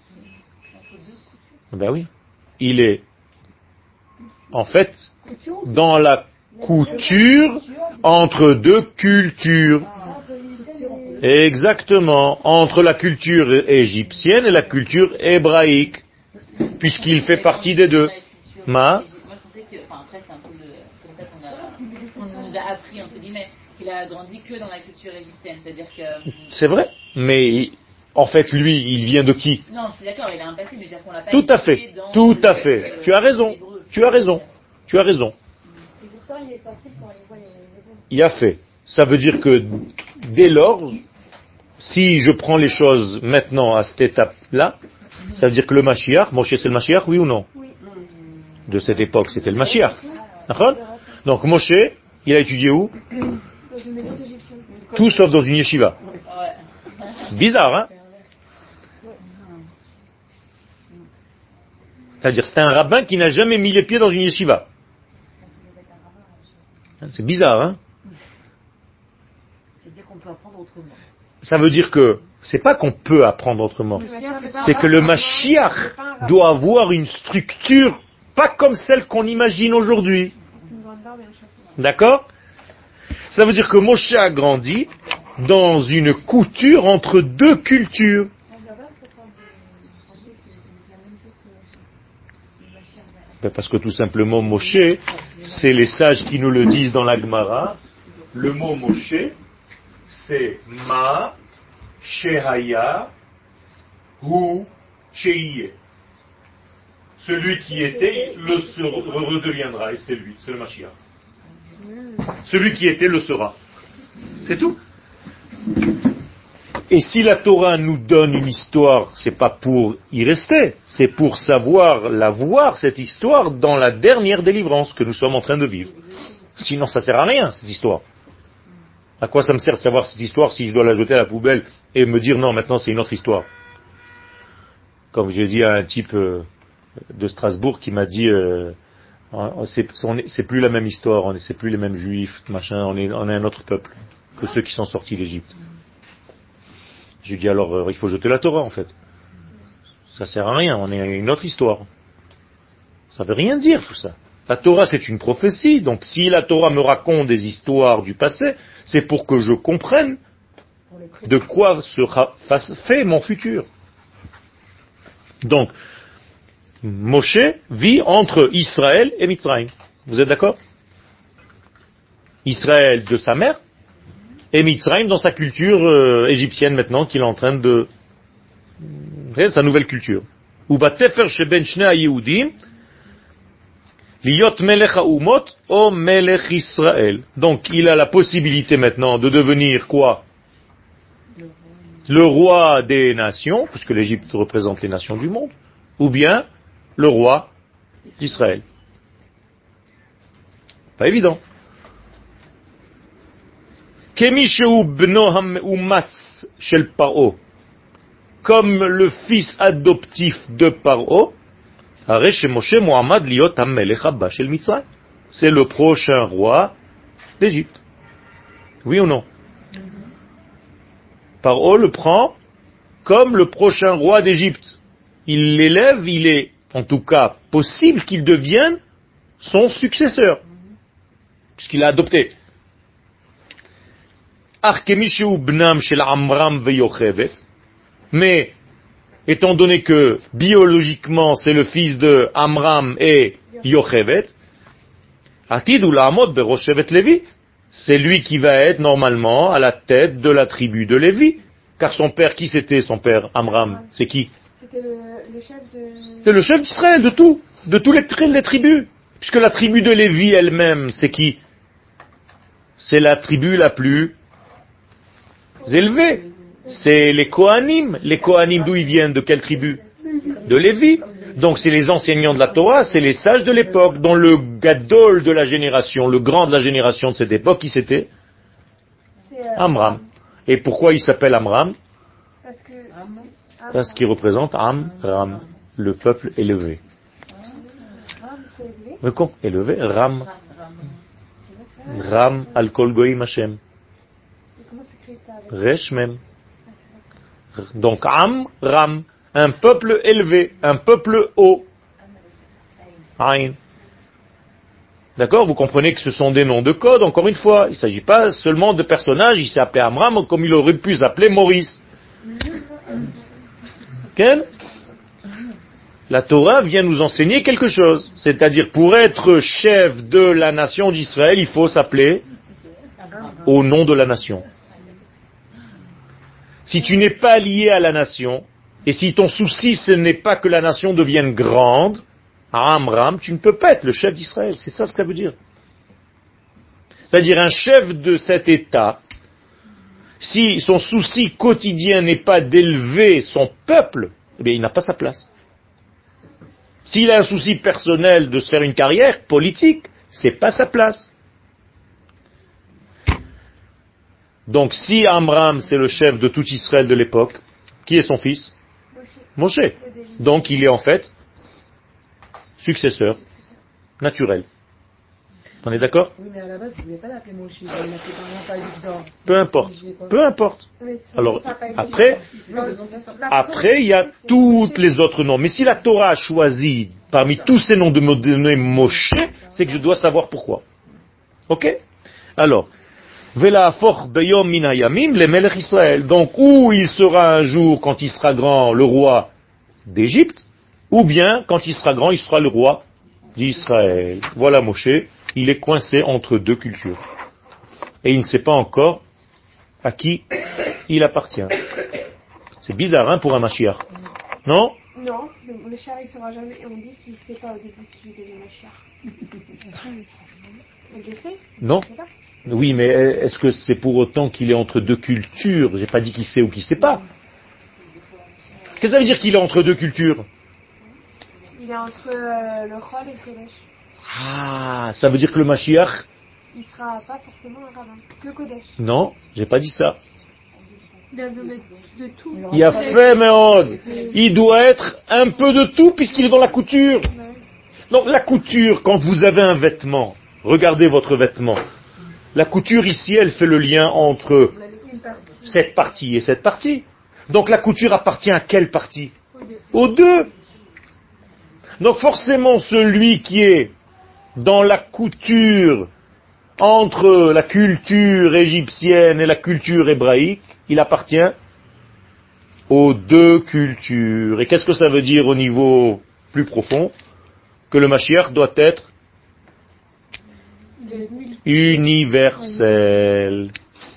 Ben oui. Il est, en fait, dans la couture entre deux cultures. Exactement. Entre la culture égyptienne et la culture hébraïque. Puisqu'il fait partie des deux. Ma? Moi, je pensais que, enfin, après, c'est un peu le, comme ça qu'on a, qu'on nous a appris, entre guillemets, qu'il a grandi que dans la culture égyptienne. C'est-à-dire que. C'est vrai. Mais, en fait, lui, il vient de qui? Non, je suis d'accord, il a un passé, mais je veux dire qu'on l'a pas. Tout à fait. éduqué dans Tout le- à fait. euh, Tu as raison. hébreu. Tu as raison. Tu as raison. Et pourtant, il est sensible quand il voit les hébreux. Il a fait. Ça veut dire que dès lors, si je prends les choses maintenant à cette étape-là, ça veut dire que le Mashiach, Moshe c'est le Mashiach, oui ou non? Oui. De cette époque, c'était le Mashiach. D'accord? Donc Moshe, il a étudié où? Dans une maison égyptienne. Tout sauf dans une yeshiva. Ouais. Bizarre, hein? C'est-à-dire, c'est un rabbin qui n'a jamais mis les pieds dans une yeshiva. C'est bizarre, hein? C'est-à-dire qu'on peut apprendre autrement. Ça veut dire que, c'est pas qu'on peut apprendre autrement. C'est que le Mashiach doit avoir une structure pas comme celle qu'on imagine aujourd'hui. Une grande barbe et un chapeau. D'accord? Ça veut dire que Moshe a grandi dans une couture entre deux cultures. Ben parce que tout simplement Moshe, c'est les sages qui nous le disent dans la Gemara. Le mot Moshe, c'est Ma, Shehaya, Hu, Sheiye. Celui qui était, le sera, redeviendra, et c'est lui, c'est le Mashiach. Celui qui était, le sera. C'est tout. Et si la Torah nous donne une histoire, c'est pas pour y rester, c'est pour savoir la voir, cette histoire, dans la dernière délivrance que nous sommes en train de vivre. Sinon, ça sert à rien, cette histoire. À quoi ça me sert de savoir cette histoire si je dois la jeter à la poubelle et me dire non, maintenant c'est une autre histoire? Comme j'ai dit à un type euh, de Strasbourg qui m'a dit euh, c'est, c'est plus la même histoire, on est, c'est plus les mêmes juifs, machin, on est, on est un autre peuple. que ceux qui sont sortis d'Égypte. Je lui dis alors, euh, il faut jeter la Torah en fait. Ça sert à rien, on est à une autre histoire. Ça veut rien dire tout ça. La Torah c'est une prophétie, donc si la Torah me raconte des histoires du passé, c'est pour que je comprenne de quoi sera fait mon futur. Donc, Moshe vit entre Israël et Mitzrayim. Vous êtes d'accord? Israël de sa mère et Mitzrayim dans sa culture euh, égyptienne maintenant qu'il est en train de... C'est sa nouvelle culture. Ubatefer sheben shnei hayehudim liyot melech haumot o melech Israël. Donc il a la possibilité maintenant de devenir quoi? Le roi des nations, puisque l'Égypte représente les nations du monde, ou bien le roi d'Israël. Pas évident. Comme le fils adoptif de Paro, c'est le prochain roi d'Égypte. Oui ou non? Paro le prend comme le prochain roi d'Égypte. Il l'élève, il est en tout cas possible qu'il devienne son successeur, puisqu'il l'a adopté. Mais, étant donné que biologiquement c'est le fils de Amram et Yochevet, c'est lui qui va être normalement à la tête de la tribu de Lévi. Car son père, qui c'était son père Amram? C'est qui? C'était le, le chef de... C'est le chef d'Israël, de tout, de tous les, les tribus. Puisque la tribu de Lévi elle-même, c'est qui? C'est la tribu la plus élevée. C'est les Kohanim. Les Kohanim, d'où ils viennent? De quelle tribu? De Lévi. Donc c'est les enseignants de la Torah, c'est les sages de l'époque, dont le gadol de la génération, le grand de la génération de cette époque, qui c'était? Amram. Et pourquoi il s'appelle Amram? Parce que... Parce qu'il représente Amram, le peuple élevé. Le con élevé, Ram. Ram al kol goyim Hashem. Resh mem. Donc Am, Ram, un peuple élevé, un peuple haut. Aïn. D'accord? Vous comprenez que ce sont des noms de code, encore une fois. Il ne s'agit pas seulement de personnages, il s'est appelé Amram comme il aurait pu s'appeler Maurice. Ken? La Torah vient nous enseigner quelque chose. C'est-à-dire, pour être chef de la nation d'Israël, il faut s'appeler au nom de la nation. Si tu n'es pas lié à la nation, et si ton souci ce n'est pas que la nation devienne grande, Amram, tu ne peux pas être le chef d'Israël. C'est ça ce que ça veut dire. C'est-à-dire un chef de cet État, si son souci quotidien n'est pas d'élever son peuple, eh bien, il n'a pas sa place. S'il a un souci personnel de se faire une carrière politique, c'est pas sa place. Donc si Amram c'est le chef de tout Israël de l'époque, qui est son fils? Moshe. Donc il est en fait successeur naturel. On est d'accord? Oui, mais à la base, il ne voulait pas l'appeler Moshe, il l'appelait par exemple. Peu importe. Peu importe. Alors, après, après, il y a tous les autres noms. Mais si la Torah a choisi, parmi tous ces noms, de me donner Moshe, c'est que je dois savoir pourquoi. Ok? Alors, Vela'afoch beyom min hayamim le melech Israël. Donc, où il sera un jour, quand il sera grand, le roi d'Égypte, ou bien, quand il sera grand, il sera le roi d'Israël. Voilà Moshe. Il est coincé entre deux cultures. Et il ne sait pas encore à qui il appartient. C'est bizarre, hein, pour un Mashiach. Non? Non, le, le char il ne saura jamais. On dit qu'il ne sait pas au début qui est le Mashiach. Il le sait? Non. Oui, mais est-ce que c'est pour autant qu'il est entre deux cultures? J'ai pas dit qu'il sait ou qu'il ne sait pas. Qu'est-ce que ça veut dire qu'il est entre deux cultures? Il est entre euh, le Chol et le Kodesh. Ah, ça veut dire que le Mashiach... Il sera pas forcément un rabbin, que Kodesh. Non, j'ai pas dit ça. Il a besoin de tout. Il a fait, mais il doit être un peu de tout puisqu'il est dans la couture. Donc la couture, quand vous avez un vêtement, regardez votre vêtement. La couture ici, elle fait le lien entre cette partie et cette partie. Donc la couture appartient à quelle partie? Aux deux. Donc forcément, celui qui est dans la couture entre la culture égyptienne et la culture hébraïque, il appartient aux deux cultures. Et qu'est-ce que ça veut dire au niveau plus profond? Que le Mashiach doit être universel.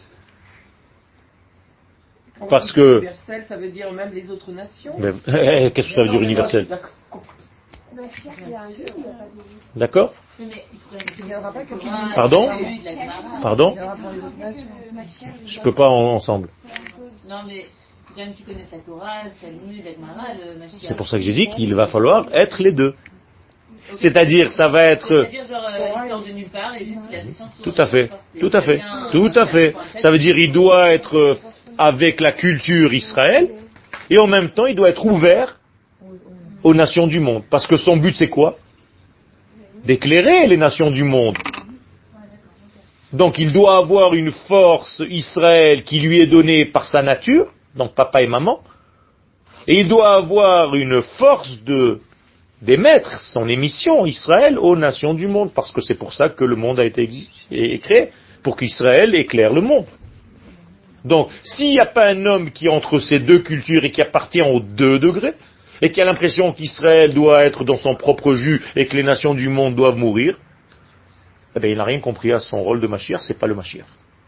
Parce que... Universel, ça veut dire même les autres nations. Mais, eh, qu'est-ce que ça veut dire universel? D'accord? Pardon? Pardon? Je peux pas en, ensemble. Non mais quand même tu connais la Torah, le Talmud, la Gemara, le Mashiach. C'est pour ça que j'ai dit qu'il va falloir être les deux. C'est-à-dire, ça va être... C'est-à-dire genre, euh, il sort de nulle part et juste il a des sciences. Tout à fait, tout à fait, tout à fait. Ça veut dire il doit être avec la culture Israël et en même temps il doit être ouvert aux nations du monde. Parce que son but c'est quoi? D'éclairer les nations du monde. Donc il doit avoir une force Israël qui lui est donnée par sa nature, donc papa et maman, et il doit avoir une force de d'émettre son émission Israël aux nations du monde, parce que c'est pour ça que le monde a été créé, pour qu'Israël éclaire le monde. Donc, s'il n'y a pas un homme qui est entre ces deux cultures et qui appartient aux deux degrés, et qui a l'impression qu'Israël doit être dans son propre jus et que les nations du monde doivent mourir, eh bien, il n'a rien compris à son rôle de Mashiach, c'est pas le Mashiach.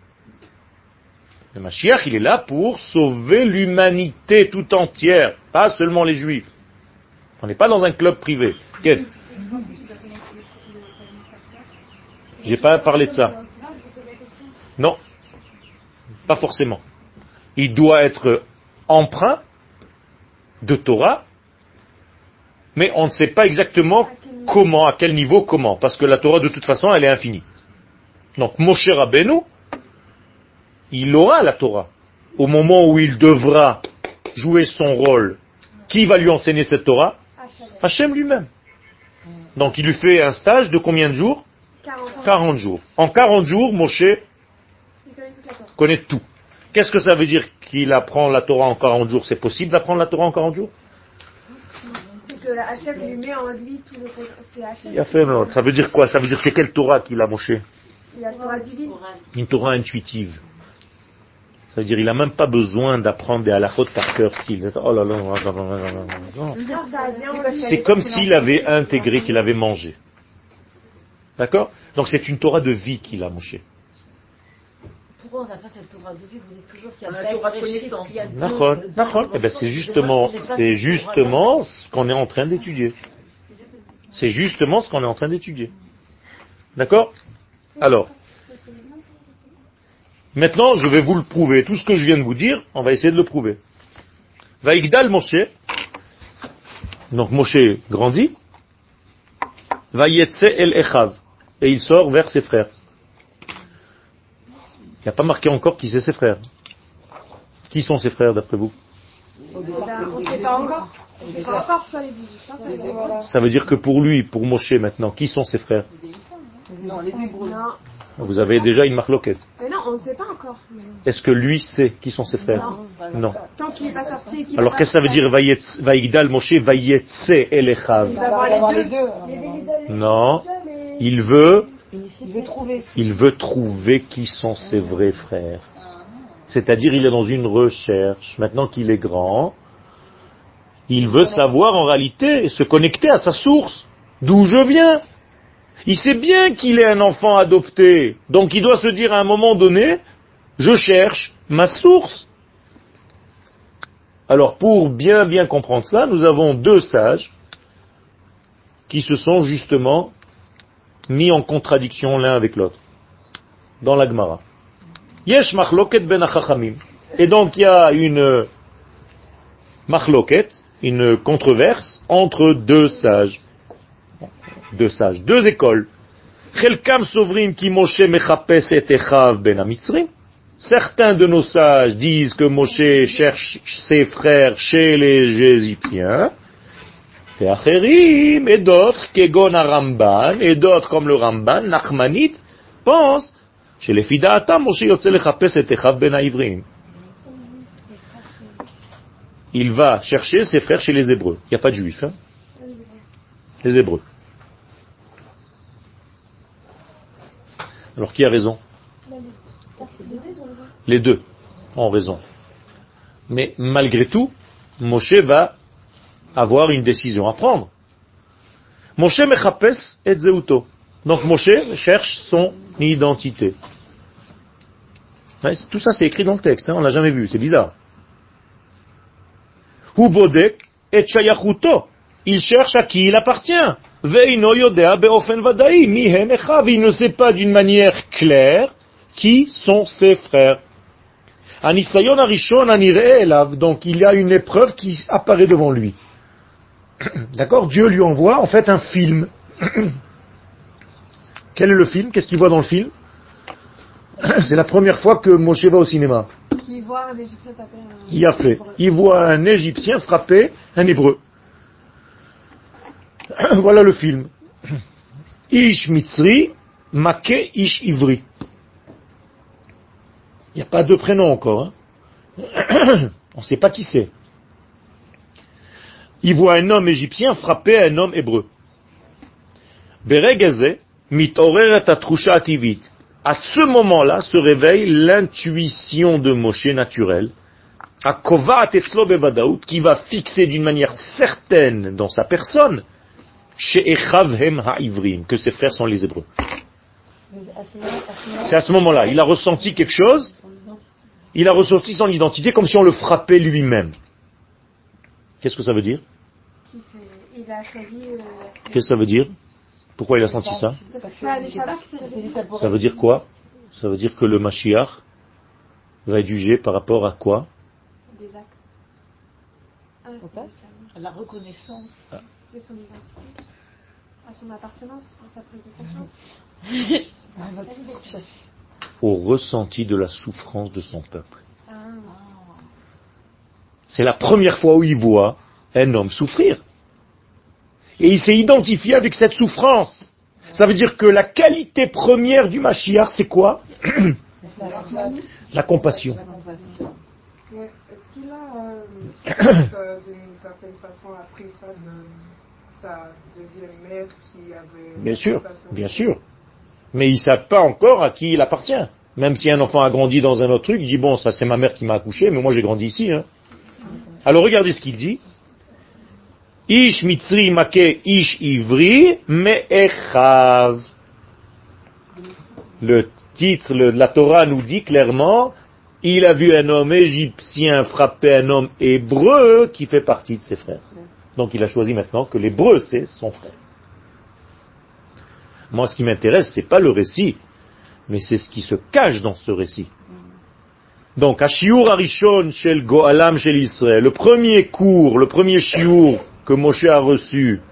Le Mashiach, il est là pour sauver l'humanité tout entière, pas seulement les Juifs. On n'est pas dans un club privé. Quel? J'ai pas parlé de ça. Non, pas forcément. Il doit être empreint de Torah, mais on ne sait pas exactement comment, à quel niveau, comment, parce que la Torah de toute façon elle est infinie. Donc Moshe Rabbeinu, il aura la Torah au moment où il devra jouer son rôle. Qui va lui enseigner cette Torah? Hachem lui-même. Donc il lui fait un stage de combien de jours? quarante jours. En quarante jours, Moshe connaît tout. Qu'est-ce que ça veut dire qu'il apprend la Torah en quarante jours? C'est possible d'apprendre la Torah en quarante jours? C'est que Hachem lui met en lui tout le... C'est Hachem. Il a fait, non. Ça veut dire quoi? Ça veut dire c'est quelle Torah qu'il a, Moshe? La Torah divine. Une Torah intuitive. Ça veut dire il n'a même pas besoin d'apprendre des halachot par cœur style. Oh là là, là, là, là, là, là, là. C'est comme s'il avait intégré, qu'il avait mangé. D'accord? Donc c'est une Torah de vie qu'il a, Moshe. Pourquoi on n'a pas cette Torah de vie? Vous dites toujours qu'il y a la Torah de connaissance. Nachon, Nachon. Eh ben c'est justement, c'est justement ce qu'on est en train d'étudier. C'est justement ce qu'on est en train d'étudier. D'accord? Alors, maintenant, je vais vous le prouver. Tout ce que je viens de vous dire, on va essayer de le prouver. Vaïgdal Moshe. Donc Moshe grandit. Vayetse el Echav. Et il sort vers ses frères. Il n'y a pas marqué encore qui c'est ses frères. Qui sont ses frères d'après vous? On ne sait pas encore. On ne sait pas encore sur les dix-huit. Ça veut dire que pour lui, pour Moshe maintenant, qui sont ses frères? Non, les Hébreux. Non. Vous avez déjà une marloquette. Mais non, on ne sait pas encore. Est-ce que lui sait qui sont ses frères? Non. Non. Tant qu'il n'est pas sorti. Qu'il Alors qu'est-ce que ça veut dire Vayetz- Vaïgdal Moshe Vayetse el Echav? Il va avoir les deux. Non. Il veut, Il veut trouver. il veut trouver qui sont ses vrais frères. C'est-à-dire il est dans une recherche. Maintenant qu'il est grand, il veut savoir en réalité, se connecter à sa source. D'où je viens. Il sait bien qu'il est un enfant adopté. Donc il doit se dire à un moment donné, je cherche ma source. Alors pour bien bien comprendre cela, nous avons deux sages qui se sont justement mis en contradiction l'un avec l'autre. Dans la Gemara. Yesh machloket ben achachamim. Et donc il y a une machloket, une controverse entre deux sages. Deux sages, deux écoles. Chelkam sovrim ki Moshe mechapes et Echav ben Amitzrim. Certains de nos sages disent que Moshe cherche ses frères chez les Égyptiens. Et d'autres, Kegon Ramban, et d'autres comme le Ramban, Nachmanite, pensent שלפי דעתם משה יוצא לחפש את אחיו בין העברים. Il va chercher ses frères chez les Hébreux. Il n'y a pas de juifs, hein? Les Hébreux. Alors qui a raison? Les deux ont raison. Mais malgré tout, Moshe va avoir une décision à prendre. Moshe mechapes et zeuto. Donc Moshe cherche son identité. Ouais, tout ça c'est écrit dans le texte, hein, on l'a jamais vu, c'est bizarre. Hu bodek et shayachuto. Il cherche à qui il appartient. Veino yodea beofen vadai mihem echav. Il ne sait pas d'une manière claire qui sont ses frères. Anisayon arishon anireh elav. Donc il y a une épreuve qui apparaît devant lui. D'accord? Dieu lui envoie en fait un film. Quel est le film? Qu'est-ce qu'il voit dans le film? C'est la première fois que Moshe va au cinéma. Qui voit un Égyptien taper un... Il a fait. Il voit un Égyptien frapper un Hébreu. Voilà le film. Ish Mitzri, Make Ish Ivri. Il n'y a pas de prénom encore. Hein. On ne sait pas qui c'est. Il voit un homme égyptien frapper un homme hébreu. Beregazé, Mitoreret Atrusha Ativit. À ce moment-là se réveille l'intuition de Moshe naturelle, qui va fixer d'une manière certaine dans sa personne que ses frères sont les Hébreux. C'est à ce moment-là, il a ressenti quelque chose, il a ressenti son identité comme si on le frappait lui-même. Qu'est-ce que ça veut dire? Il a choisi... Qu'est-ce que ça veut dire? Pourquoi il a senti ça? Ça veut dire quoi? Ça veut dire que le Mashiach va être jugé par rapport à quoi? Des actes. À la reconnaissance ah. de son identité, à son appartenance, à sa prise de conscience. Au ressenti de la souffrance de son peuple. Ah. C'est la première fois où il voit un homme souffrir. Et il s'est identifié avec cette souffrance. Ça veut dire que la qualité première du Mashiach, c'est quoi? La compassion. Mais est-ce qu'il a, euh, d'une certaine façon, appris ça de sa deuxième mère qui avait... Bien sûr, bien sûr. Mais il ne sait pas encore à qui il appartient. Même si un enfant a grandi dans un autre truc, il dit, bon, ça c'est ma mère qui m'a accouché, mais moi j'ai grandi ici. Hein. Alors regardez ce qu'il dit. Ish mitzri make ish ivri me'echav. Le titre de la Torah nous dit clairement, il a vu un homme égyptien frapper un homme hébreu qui fait partie de ses frères. Donc il a choisi maintenant que l'hébreu c'est son frère. Moi ce qui m'intéresse c'est pas le récit, mais c'est ce qui se cache dans ce récit. Donc, Ashiur Arishon Shel Goalam Shel Israël, le premier cours, le premier shiur que Moshe a reçu,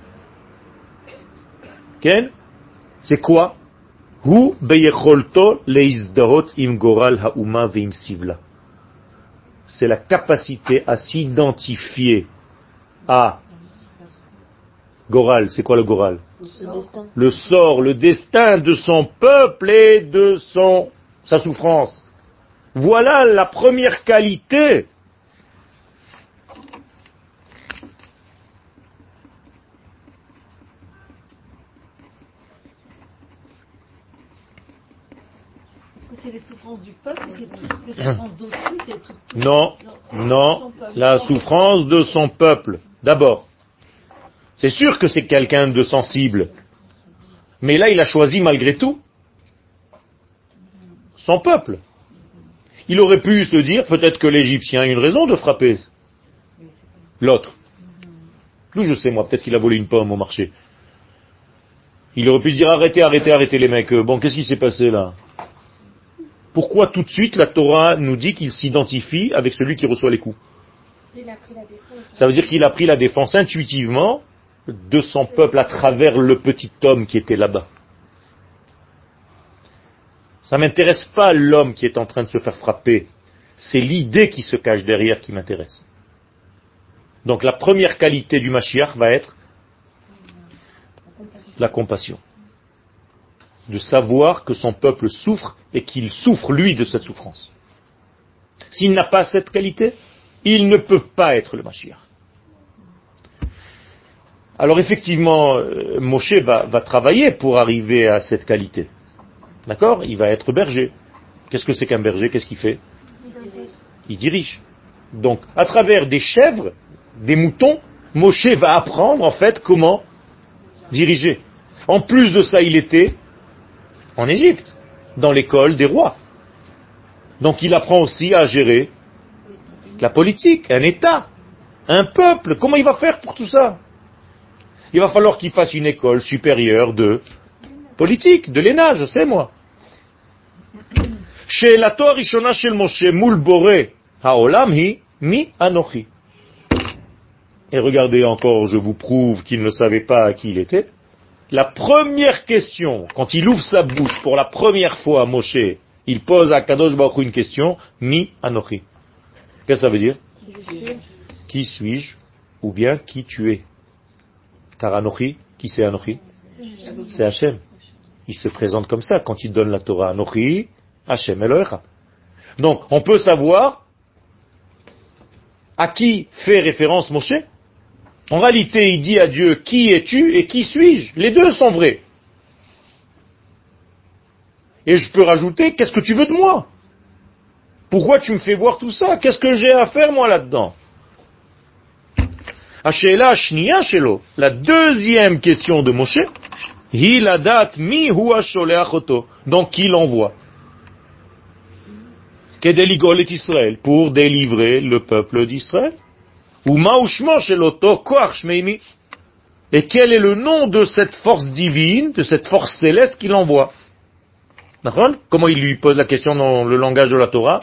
Ken, c'est quoi? Hu beyecholto leizdarot im goral hauma veim sivla. C'est la capacité à s'identifier à Goral. C'est quoi le Goral? Le sort, le destin de son peuple et de son sa souffrance. Voilà la première qualité. Est-ce que c'est les souffrances du peuple ou c'est les souffrances d'autrui? C'est tout, tout, Non, non, la souffrance de son peuple. D'abord, c'est sûr que c'est quelqu'un de sensible. Mais là, il a choisi malgré tout son peuple. Il aurait pu se dire, peut-être que l'Égyptien a une raison de frapper l'autre. D'où je sais, moi, peut-être qu'il a volé une pomme au marché. Il aurait pu se dire, arrêtez, arrêtez, arrêtez les mecs. Bon, qu'est-ce qui s'est passé là? Pourquoi tout de suite la Torah nous dit qu'il s'identifie avec celui qui reçoit les coups? Il a pris la défense. Ça veut dire qu'il a pris la défense intuitivement de son peuple à travers le petit homme qui était là-bas. Ça ne m'intéresse pas l'homme qui est en train de se faire frapper. C'est l'idée qui se cache derrière qui m'intéresse. Donc la première qualité du Mashiach va être la compassion. de savoir que son peuple souffre et qu'il souffre lui de cette souffrance. S'il n'a pas cette qualité, il ne peut pas être le Mashiach. Alors effectivement, Moshe va, va travailler pour arriver à cette qualité. D'accord? Il va être berger. Qu'est-ce que c'est qu'un berger? Qu'est-ce qu'il fait? Il dirige. Donc, à travers des chèvres, des moutons, Moshe va apprendre en fait comment diriger. En plus de ça, il était en Égypte, dans l'école des rois. Donc il apprend aussi à gérer la politique, un État, un peuple. Comment il va faire pour tout ça? Il va falloir qu'il fasse une école supérieure de politique, de l'E N A, je sais moi. Chez la Torah Rishona shel Moshe mul boré haolam hi mi anochi. Et regardez encore, je vous prouve qu'il ne savait pas à qui il était. La première question, quand il ouvre sa bouche pour la première fois à Moshe, il pose à Kadosh Baruch Hu une question, mi anochi. Qu'est-ce que ça veut dire? Qui suis-je? Ou bien qui tu es? Car Anochi, qui c'est Anochi? C'est Hachem. Il se présente comme ça quand il donne la Torah. Anochi, Hachem Elohecha. Donc, on peut savoir à qui fait référence Moshe. En réalité, il dit à Dieu, qui es-tu et qui suis-je? Les deux sont vrais. Et je peux rajouter, qu'est-ce que tu veux de moi? Pourquoi tu me fais voir tout ça? Qu'est-ce que j'ai à faire moi là-dedans? La deuxième question de Moshe, donc qui l'envoie? Pour délivrer le peuple d'Israël. Et quel est le nom de cette force divine, de cette force céleste qu'il envoie? Comment il lui pose la question dans le langage de la Torah?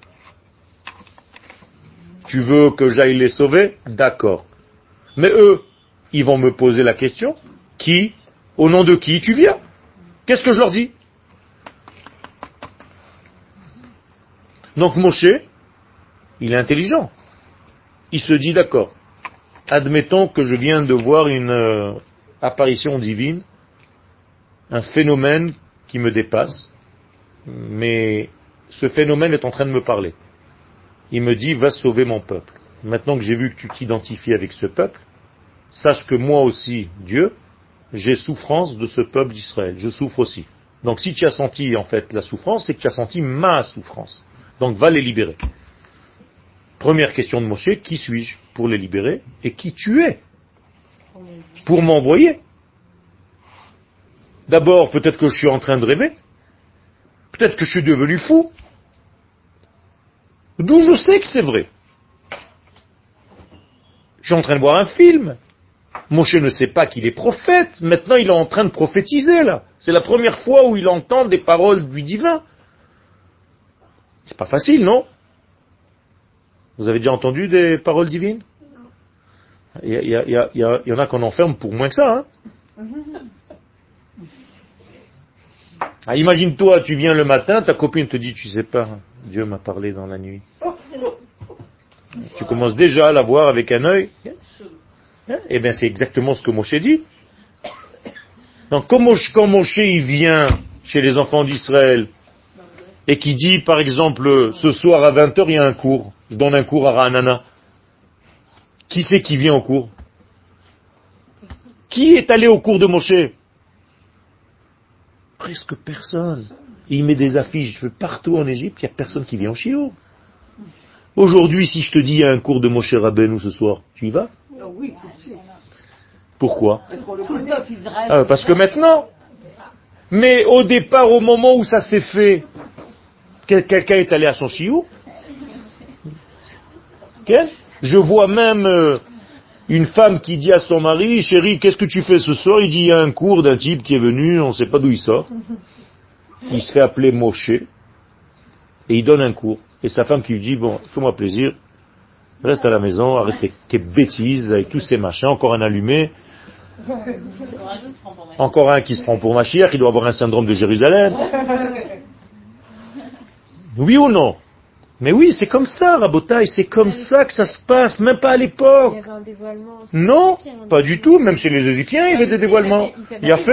Tu veux que j'aille les sauver? D'accord. Mais eux, ils vont me poser la question, qui, au nom de qui tu viens? Qu'est-ce que je leur dis? Donc Moshe, il est intelligent. Il se dit, d'accord, admettons que je viens de voir une euh, apparition divine, un phénomène qui me dépasse, mais ce phénomène est en train de me parler. Il me dit, va sauver mon peuple. Maintenant que j'ai vu que tu t'identifies avec ce peuple, sache que moi aussi, Dieu, j'ai souffrance de ce peuple d'Israël. Je souffre aussi. Donc si tu as senti en fait la souffrance, c'est que tu as senti ma souffrance. Donc va les libérer. Première question de Moshe, qui suis-je pour les libérer? Et qui tu es pour m'envoyer? D'abord, peut-être que je suis en train de rêver. Peut-être que je suis devenu fou. D'où je sais que c'est vrai? Je suis en train de voir un film. Moshe ne sait pas qu'il est prophète. Maintenant, il est en train de prophétiser, là. C'est la première fois où il entend des paroles du divin. C'est pas facile, non? Vous avez déjà entendu des paroles divines? Il y, a, il, y a, il, y a, il y en a qu'on enferme pour moins que ça, hein? Ah, imagine-toi, tu viens le matin, ta copine te dit, tu sais pas, Dieu m'a parlé dans la nuit. Tu commences déjà à la voir avec un œil. Eh bien, c'est exactement ce que Moshe dit. Donc, quand Moshe, quand Moshe il vient chez les enfants d'Israël et qui dit, par exemple, ce soir à vingt heures, il y a un cours, je donne un cours à Ra'anana. Qui c'est qui vient au cours? Qui est allé au cours de Moshe? Presque personne. Il met des affiches partout en Égypte, il n'y a personne qui vient au shiur. Aujourd'hui, si je te dis il y a un cours de Moshe Rabbeinu ce soir, tu y vas? Oui, tout de suite. Pourquoi? Tout le peuple Israël. Ah, parce que maintenant. Mais au départ, au moment où ça s'est fait, quelqu'un est allé à son shiur. Okay? Je vois même euh, une femme qui dit à son mari, chérie, qu'est-ce que tu fais ce soir? Il dit, il y a un cours d'un type qui est venu, on ne sait pas d'où il sort. Il se fait appeler Moshe, et il donne un cours. Et sa femme qui lui dit, bon, fais-moi plaisir, reste à la maison, arrête tes, tes bêtises avec tous ces machins, encore un allumé, encore un qui se prend pour Mashiach, qui doit avoir un syndrome de Jérusalem. Oui ou non? Mais oui, c'est comme ça, Rabotaï, c'est comme ça que ça se passe, même pas à l'époque. Il y avait un dévoilement aussi. Non, pas du tout, même chez les Égyptiens, il y avait des dévoilements. Il y a fait,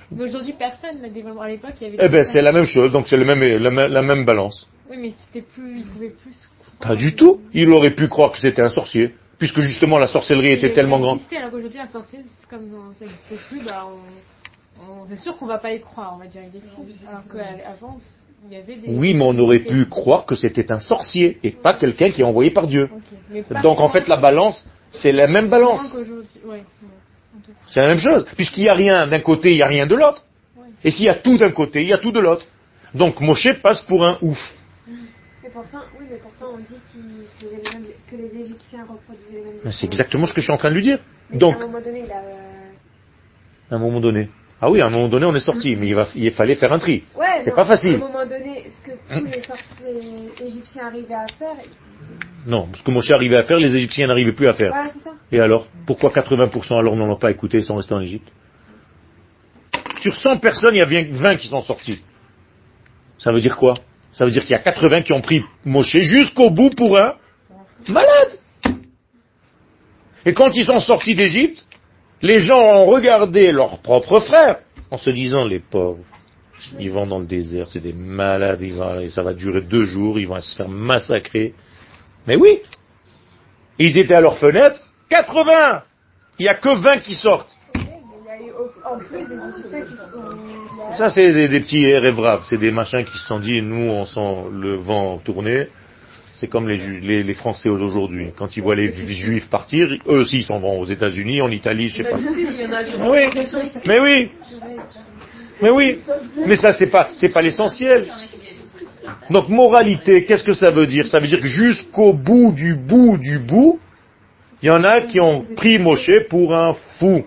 Mais aujourd'hui, personne n'a développé. À l'époque, il y avait. Eh ben, c'est la même chose, donc c'est le même, la, même- la même balance. Oui, mais c'était plus. Il pouvait plus. Pas du tout. Il aurait pu croire que c'était un sorcier, puisque justement la sorcellerie était Il tellement grande. existait, alors qu'aujourd'hui, un sorcier, c'est comme euh, ça n'existait plus, bah, on, on, c'est sûr qu'on va pas y croire, on va dire il est fou. Alors qu'avant, il y avait des. Oui, mais on aurait pu croire que c'était un sorcier et pas quelqu'un qui est envoyé par Dieu. Ok, mais pas Donc en fait, la balance, c'est la même balance. moins qu'aujourd'hui. Ouais, ouais. C'est la même chose. Puisqu'il n'y a rien d'un côté, il n'y a rien de l'autre. Et s'il y a tout d'un côté, il y a tout de l'autre. Donc Moshe passe pour un ouf. Et pourtant, oui, mais pourtant on dit qu'il faisait les mêmes- que les Égyptiens reproduisaient les mêmes. Mais c'est exactement ce que je suis en train de lui dire. Mais Donc, à un moment donné, il a. euh, à un moment donné. Ah oui, à un moment donné, on est sorti, mais il, va, il fallait faire un tri. Ouais, C'est non, pas facile. À un moment donné, ce que tous les sorciers égyptiens arrivaient à faire. Non, ce que Moshe arrivait à faire, les Égyptiens n'arrivaient plus à faire. Voilà, c'est ça. Et alors, pourquoi quatre-vingts pour cent alors n'en ont pas écouté, ils sont restés en Égypte? Sur cent personnes, il y a vingt qui sont sortis. Ça veut dire quoi? Ça veut dire qu'il y a quatre-vingts qui ont pris Moshe jusqu'au bout pour un malade. Et quand ils sont sortis d'Égypte, les gens ont regardé leurs propres frères en se disant, les pauvres, ils vont dans le désert, c'est des malades, ils vont, et ça va durer deux jours, ils vont se faire massacrer. Mais oui, ils étaient à leur fenêtre, quatre-vingts. Il n'y a que vingt qui sortent. Il y a eu en plus des Égyptiens qui se sont. Ça, c'est des, des petits rêvraves, c'est des machins qui se sont dit, nous, on sent le vent tourner. C'est comme les, Ju- les, les Français aujourd'hui. Quand ils voient les Juifs partir, eux aussi, ils s'en vont aux États-Unis, en Italie, je sais pas. Oui, mais oui, mais oui. Mais ça, c'est pas, c'est pas l'essentiel. Donc, moralité, qu'est-ce que ça veut dire? Ça veut dire que jusqu'au bout du bout du bout, il y en a qui ont pris Moshe pour un fou.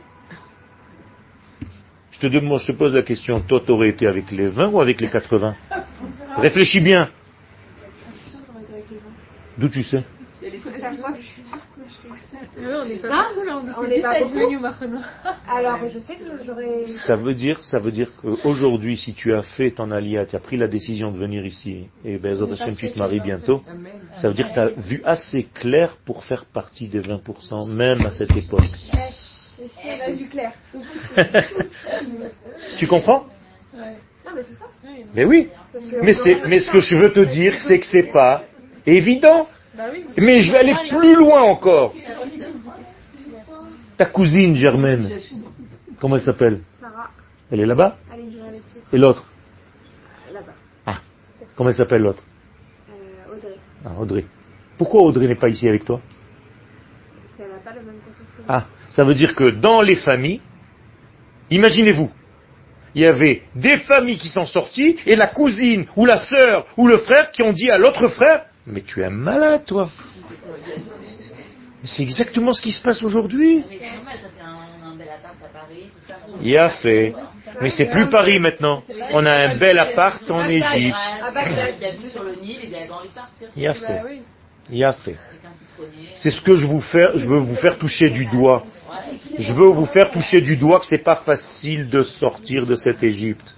Je te demande, je te pose la question, toi, t'aurais été avec les vingt ou avec les quatre-vingts? Réfléchis bien. D'où tu sais? on n'est pas beaucoup, là, on On est n'est dix pas à être beaucoup. venus maintenant. Alors, je sais que j'aurais. Ça veut dire, ça veut dire qu'aujourd'hui, si tu as fait ton aliyah, tu as pris la décision de venir ici, et ben, Zod Hashem, tu te maries bientôt, ça veut dire que tu as vu assez clair pour faire partie des vingt pour cent, même à cette époque. Et si on a vu clair. Tu comprends? Non, mais c'est ça. Mais oui. Parce que Mais, c'est, mais ce que je veux te dire, c'est que c'est pas évident. Mais je vais aller plus loin encore. Ta cousine Germaine, comment elle s'appelle? Sarah, Elle est là-bas? elle est bien aussi. Et l'autre? Là-bas. Ah, comment elle s'appelle l'autre? Euh, Audrey. Ah, Audrey. Pourquoi Audrey n'est pas ici avec toi? Parce qu'elle n'a pas le même conscience que moi. Ah, ça veut dire que dans les familles, imaginez-vous, il y avait des familles qui sont sorties et la cousine ou la sœur ou le frère qui ont dit à l'autre frère, mais tu es un malade toi. C'est exactement ce qui se passe aujourd'hui. Mais c'est normal, ça c'est un, un bel appart à Paris, tout ça. Il y a fait. Mais c'est plus Paris maintenant. On a un bel appart en Égypte. Ah bah, il a vu sur le Nil, il a envie de partir. Il y a fait. Il y a fait. Avec un citronnier. C'est ce que je vous fais, je veux vous faire toucher du doigt. Je veux vous faire toucher du doigt que c'est pas facile de sortir de cette Égypte.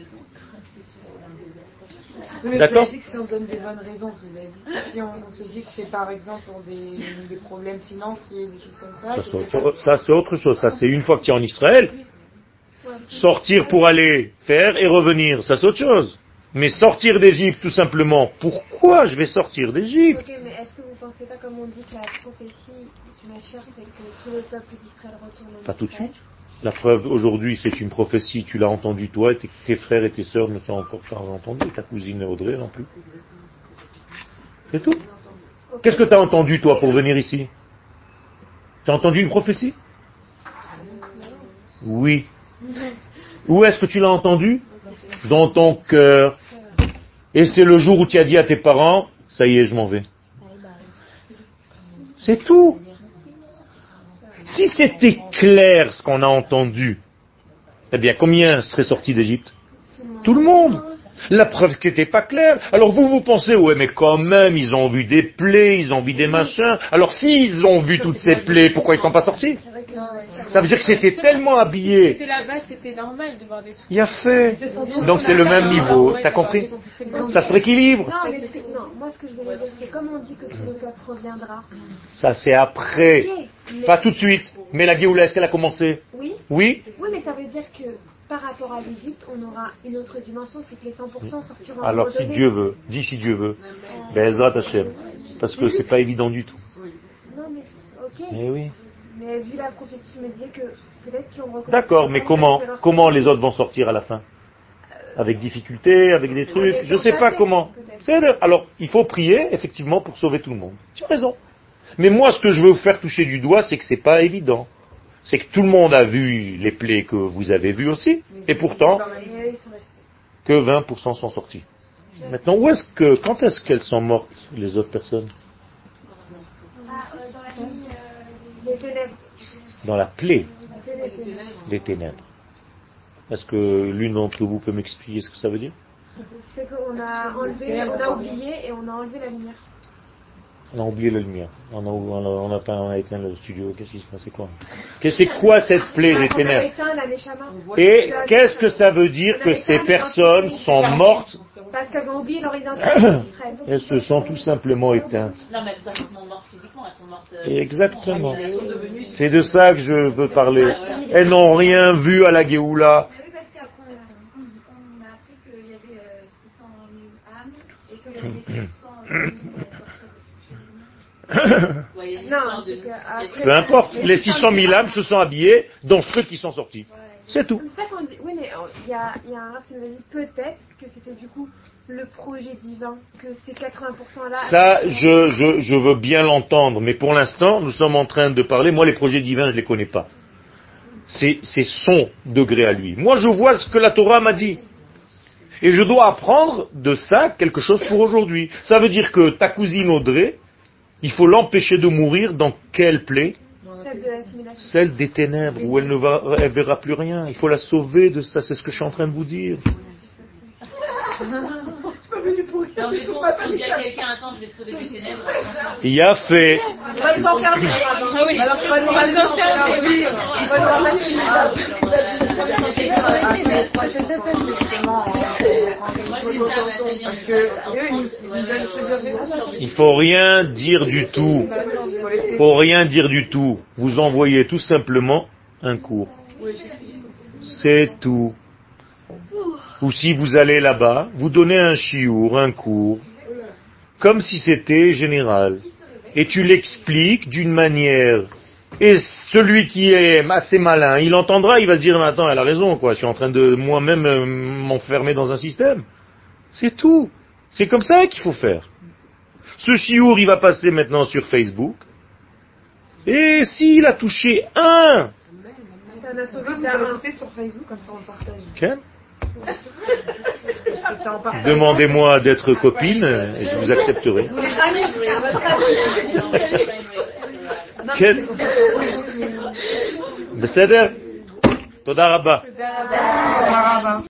Mais D'accord. c'est logique si on donne des bonnes raisons, vous avez dit. Si on, on se dit que c'est par exemple pour des, des problèmes financiers, des choses comme ça. Ça, que c'est c'est autre, ça, c'est autre chose. Ça, c'est une fois que tu es en Israël. Sortir pour aller faire et revenir, ça c'est autre chose. Mais sortir d'Égypte, tout simplement, pourquoi je vais sortir d'Égypte? Ok, mais est-ce que vous pensez pas, comme on dit, que la prophétie, ma chère, c'est que tout le peuple d'Israël retourne en Pas tout de Israël? suite. La preuve, aujourd'hui, c'est une prophétie, tu l'as entendue toi, et tes, tes frères et tes sœurs ne sont encore pas entendus, ta cousine Audrey non plus. C'est tout. Qu'est-ce que tu as entendu toi pour venir ici? Tu as entendu une prophétie? Oui. Où est-ce que tu l'as entendu? Dans ton cœur. Et c'est le jour où tu as dit à tes parents, ça y est, je m'en vais. C'est tout. Si c'était clair ce qu'on a entendu, eh bien, combien seraient sortis d'Égypte? Tout le monde. La preuve que c'était pas clair. Alors vous, vous pensez, ouais, mais quand même, ils ont vu des plaies, ils ont vu des machins. Alors s'ils ont vu toutes ces plaies, pourquoi ils sont pas sortis? Ça veut dire que c'était tellement habillé. C'était là-bas, c'était normal de voir des trucs. Il a fait. Donc c'est le même niveau. T'as compris? Ça se rééquilibre. Non, mais ce que- non, moi ce que je voulais dire, c'est comme on dit que tout le peuple reviendra. Ça c'est après. Ok, mais- Pas tout de suite. Mais la Géoula, est-ce qu'elle a commencé? Oui, Oui. oui, mais ça veut dire que par rapport à l'Égypte, on aura une autre dimension, c'est que les cent pour cent sortiront à un Alors moment si donné. Dieu veut, dis si Dieu veut, ben Ezrat Hashem, parce que c'est pas évident du tout. Non, mais ok. Eh oui. Mais vu la prophétie, je me disais que peut-être qu'ils ont reconnu. D'accord, mais comment, comment les autres vont sortir à la fin? Avec difficulté, avec des trucs, je sais pas comment. C'est- Alors, il faut prier, effectivement, pour sauver tout le monde. Tu as raison. Mais moi, ce que je veux vous faire toucher du doigt, c'est que c'est pas évident. C'est que tout le monde a vu les plaies que vous avez vues aussi, et pourtant, que vingt pour cent sont sortis. Maintenant, où est-ce que, quand est-ce qu'elles sont mortes, les autres personnes? Ah, euh, dans la ligne euh, des ténèbres. Dans la plaie, Les ténèbres. les ténèbres. Est-ce que l'une d'entre vous peut m'expliquer ce que ça veut dire? C'est qu'on a enlevé, on a oublié et on a enlevé la lumière. On a oublié la lumière. On a, on a, on a, pas, on a éteint le studio. Qu'est-ce qui se passe? C'est quoi? Qu'est-ce- C'est quoi cette plaie des On a ténèbres? éteint la Neshama. Et qu'est-ce que ça veut dire que ces personnes sont mortes? Parce qu'elles ont oublié leur identité d'Israël. Elles se sont tout simplement éteintes. Non, mais elles sont pas forcément mortes physiquement, elles sont mortes. euh, Exactement. elles sont devenues- C'est de ça que je veux parler. Elles n'ont rien vu à la Géoula. Oui, parce qu'après, on, on a appris qu'il y avait euh, six cent mille âmes et qu'il y avait six cent mille Ouais, il y a une Non, histoire de c'est que après- Peu importe. Les six cent mille âmes se sont habillées dans ceux qui sont sortis. C'est tout. C'est ça qu'on dit. Oui, mais euh, il y a, il y a un rap qui nous a dit peut-être que c'était du coup le projet divin, que ces quatre-vingts pour cent là. Ça, je, je, je veux bien l'entendre, mais pour l'instant, nous sommes en train de parler. Moi, les projets divins, je les connais pas. C'est, c'est son degré à lui. Moi, je vois ce que la Torah m'a dit. Et je dois apprendre de ça quelque chose pour aujourd'hui. Ça veut dire que ta cousine Audrey, il faut l'empêcher de mourir dans quelle plaie? Celle de l'assimilation. Celle des ténèbres, où elle ne va, elle verra plus rien. Il faut la sauver de ça. C'est ce que je suis en train de vous dire. Non, mais bon, si on dit à quelqu'un, attends, je vais te sauver des ténèbres, franchement, Il a fait. On va nous enfermer. Ah oui. Alors, on va nous enfermer. On va nous enfermer. Parce que eux, ils nous donnent ce Il faut rien dire du tout. Il faut rien dire du tout. Vous envoyez tout simplement un cours. C'est tout. Ou si vous allez là-bas, vous donnez un chiour, un cours, comme si c'était général. Et tu l'expliques d'une manière. Et celui qui est assez malin, il entendra, il va se dire, mais attends, elle a raison, quoi. Je suis en train de moi-même euh, m'enfermer dans un système. C'est tout. C'est comme ça qu'il faut faire. Ce chiour, il va passer maintenant sur Facebook. Et s'il a touché un, Ça n'a sauvé veut vous que un. ajouter sur Facebook, comme ça on partage. Ken, Parce que ça en partage. demandez-moi d'être copine et je vous accepterai. Vous les amis, c'est à votre avis. Ken, בסדר? תודה רבה.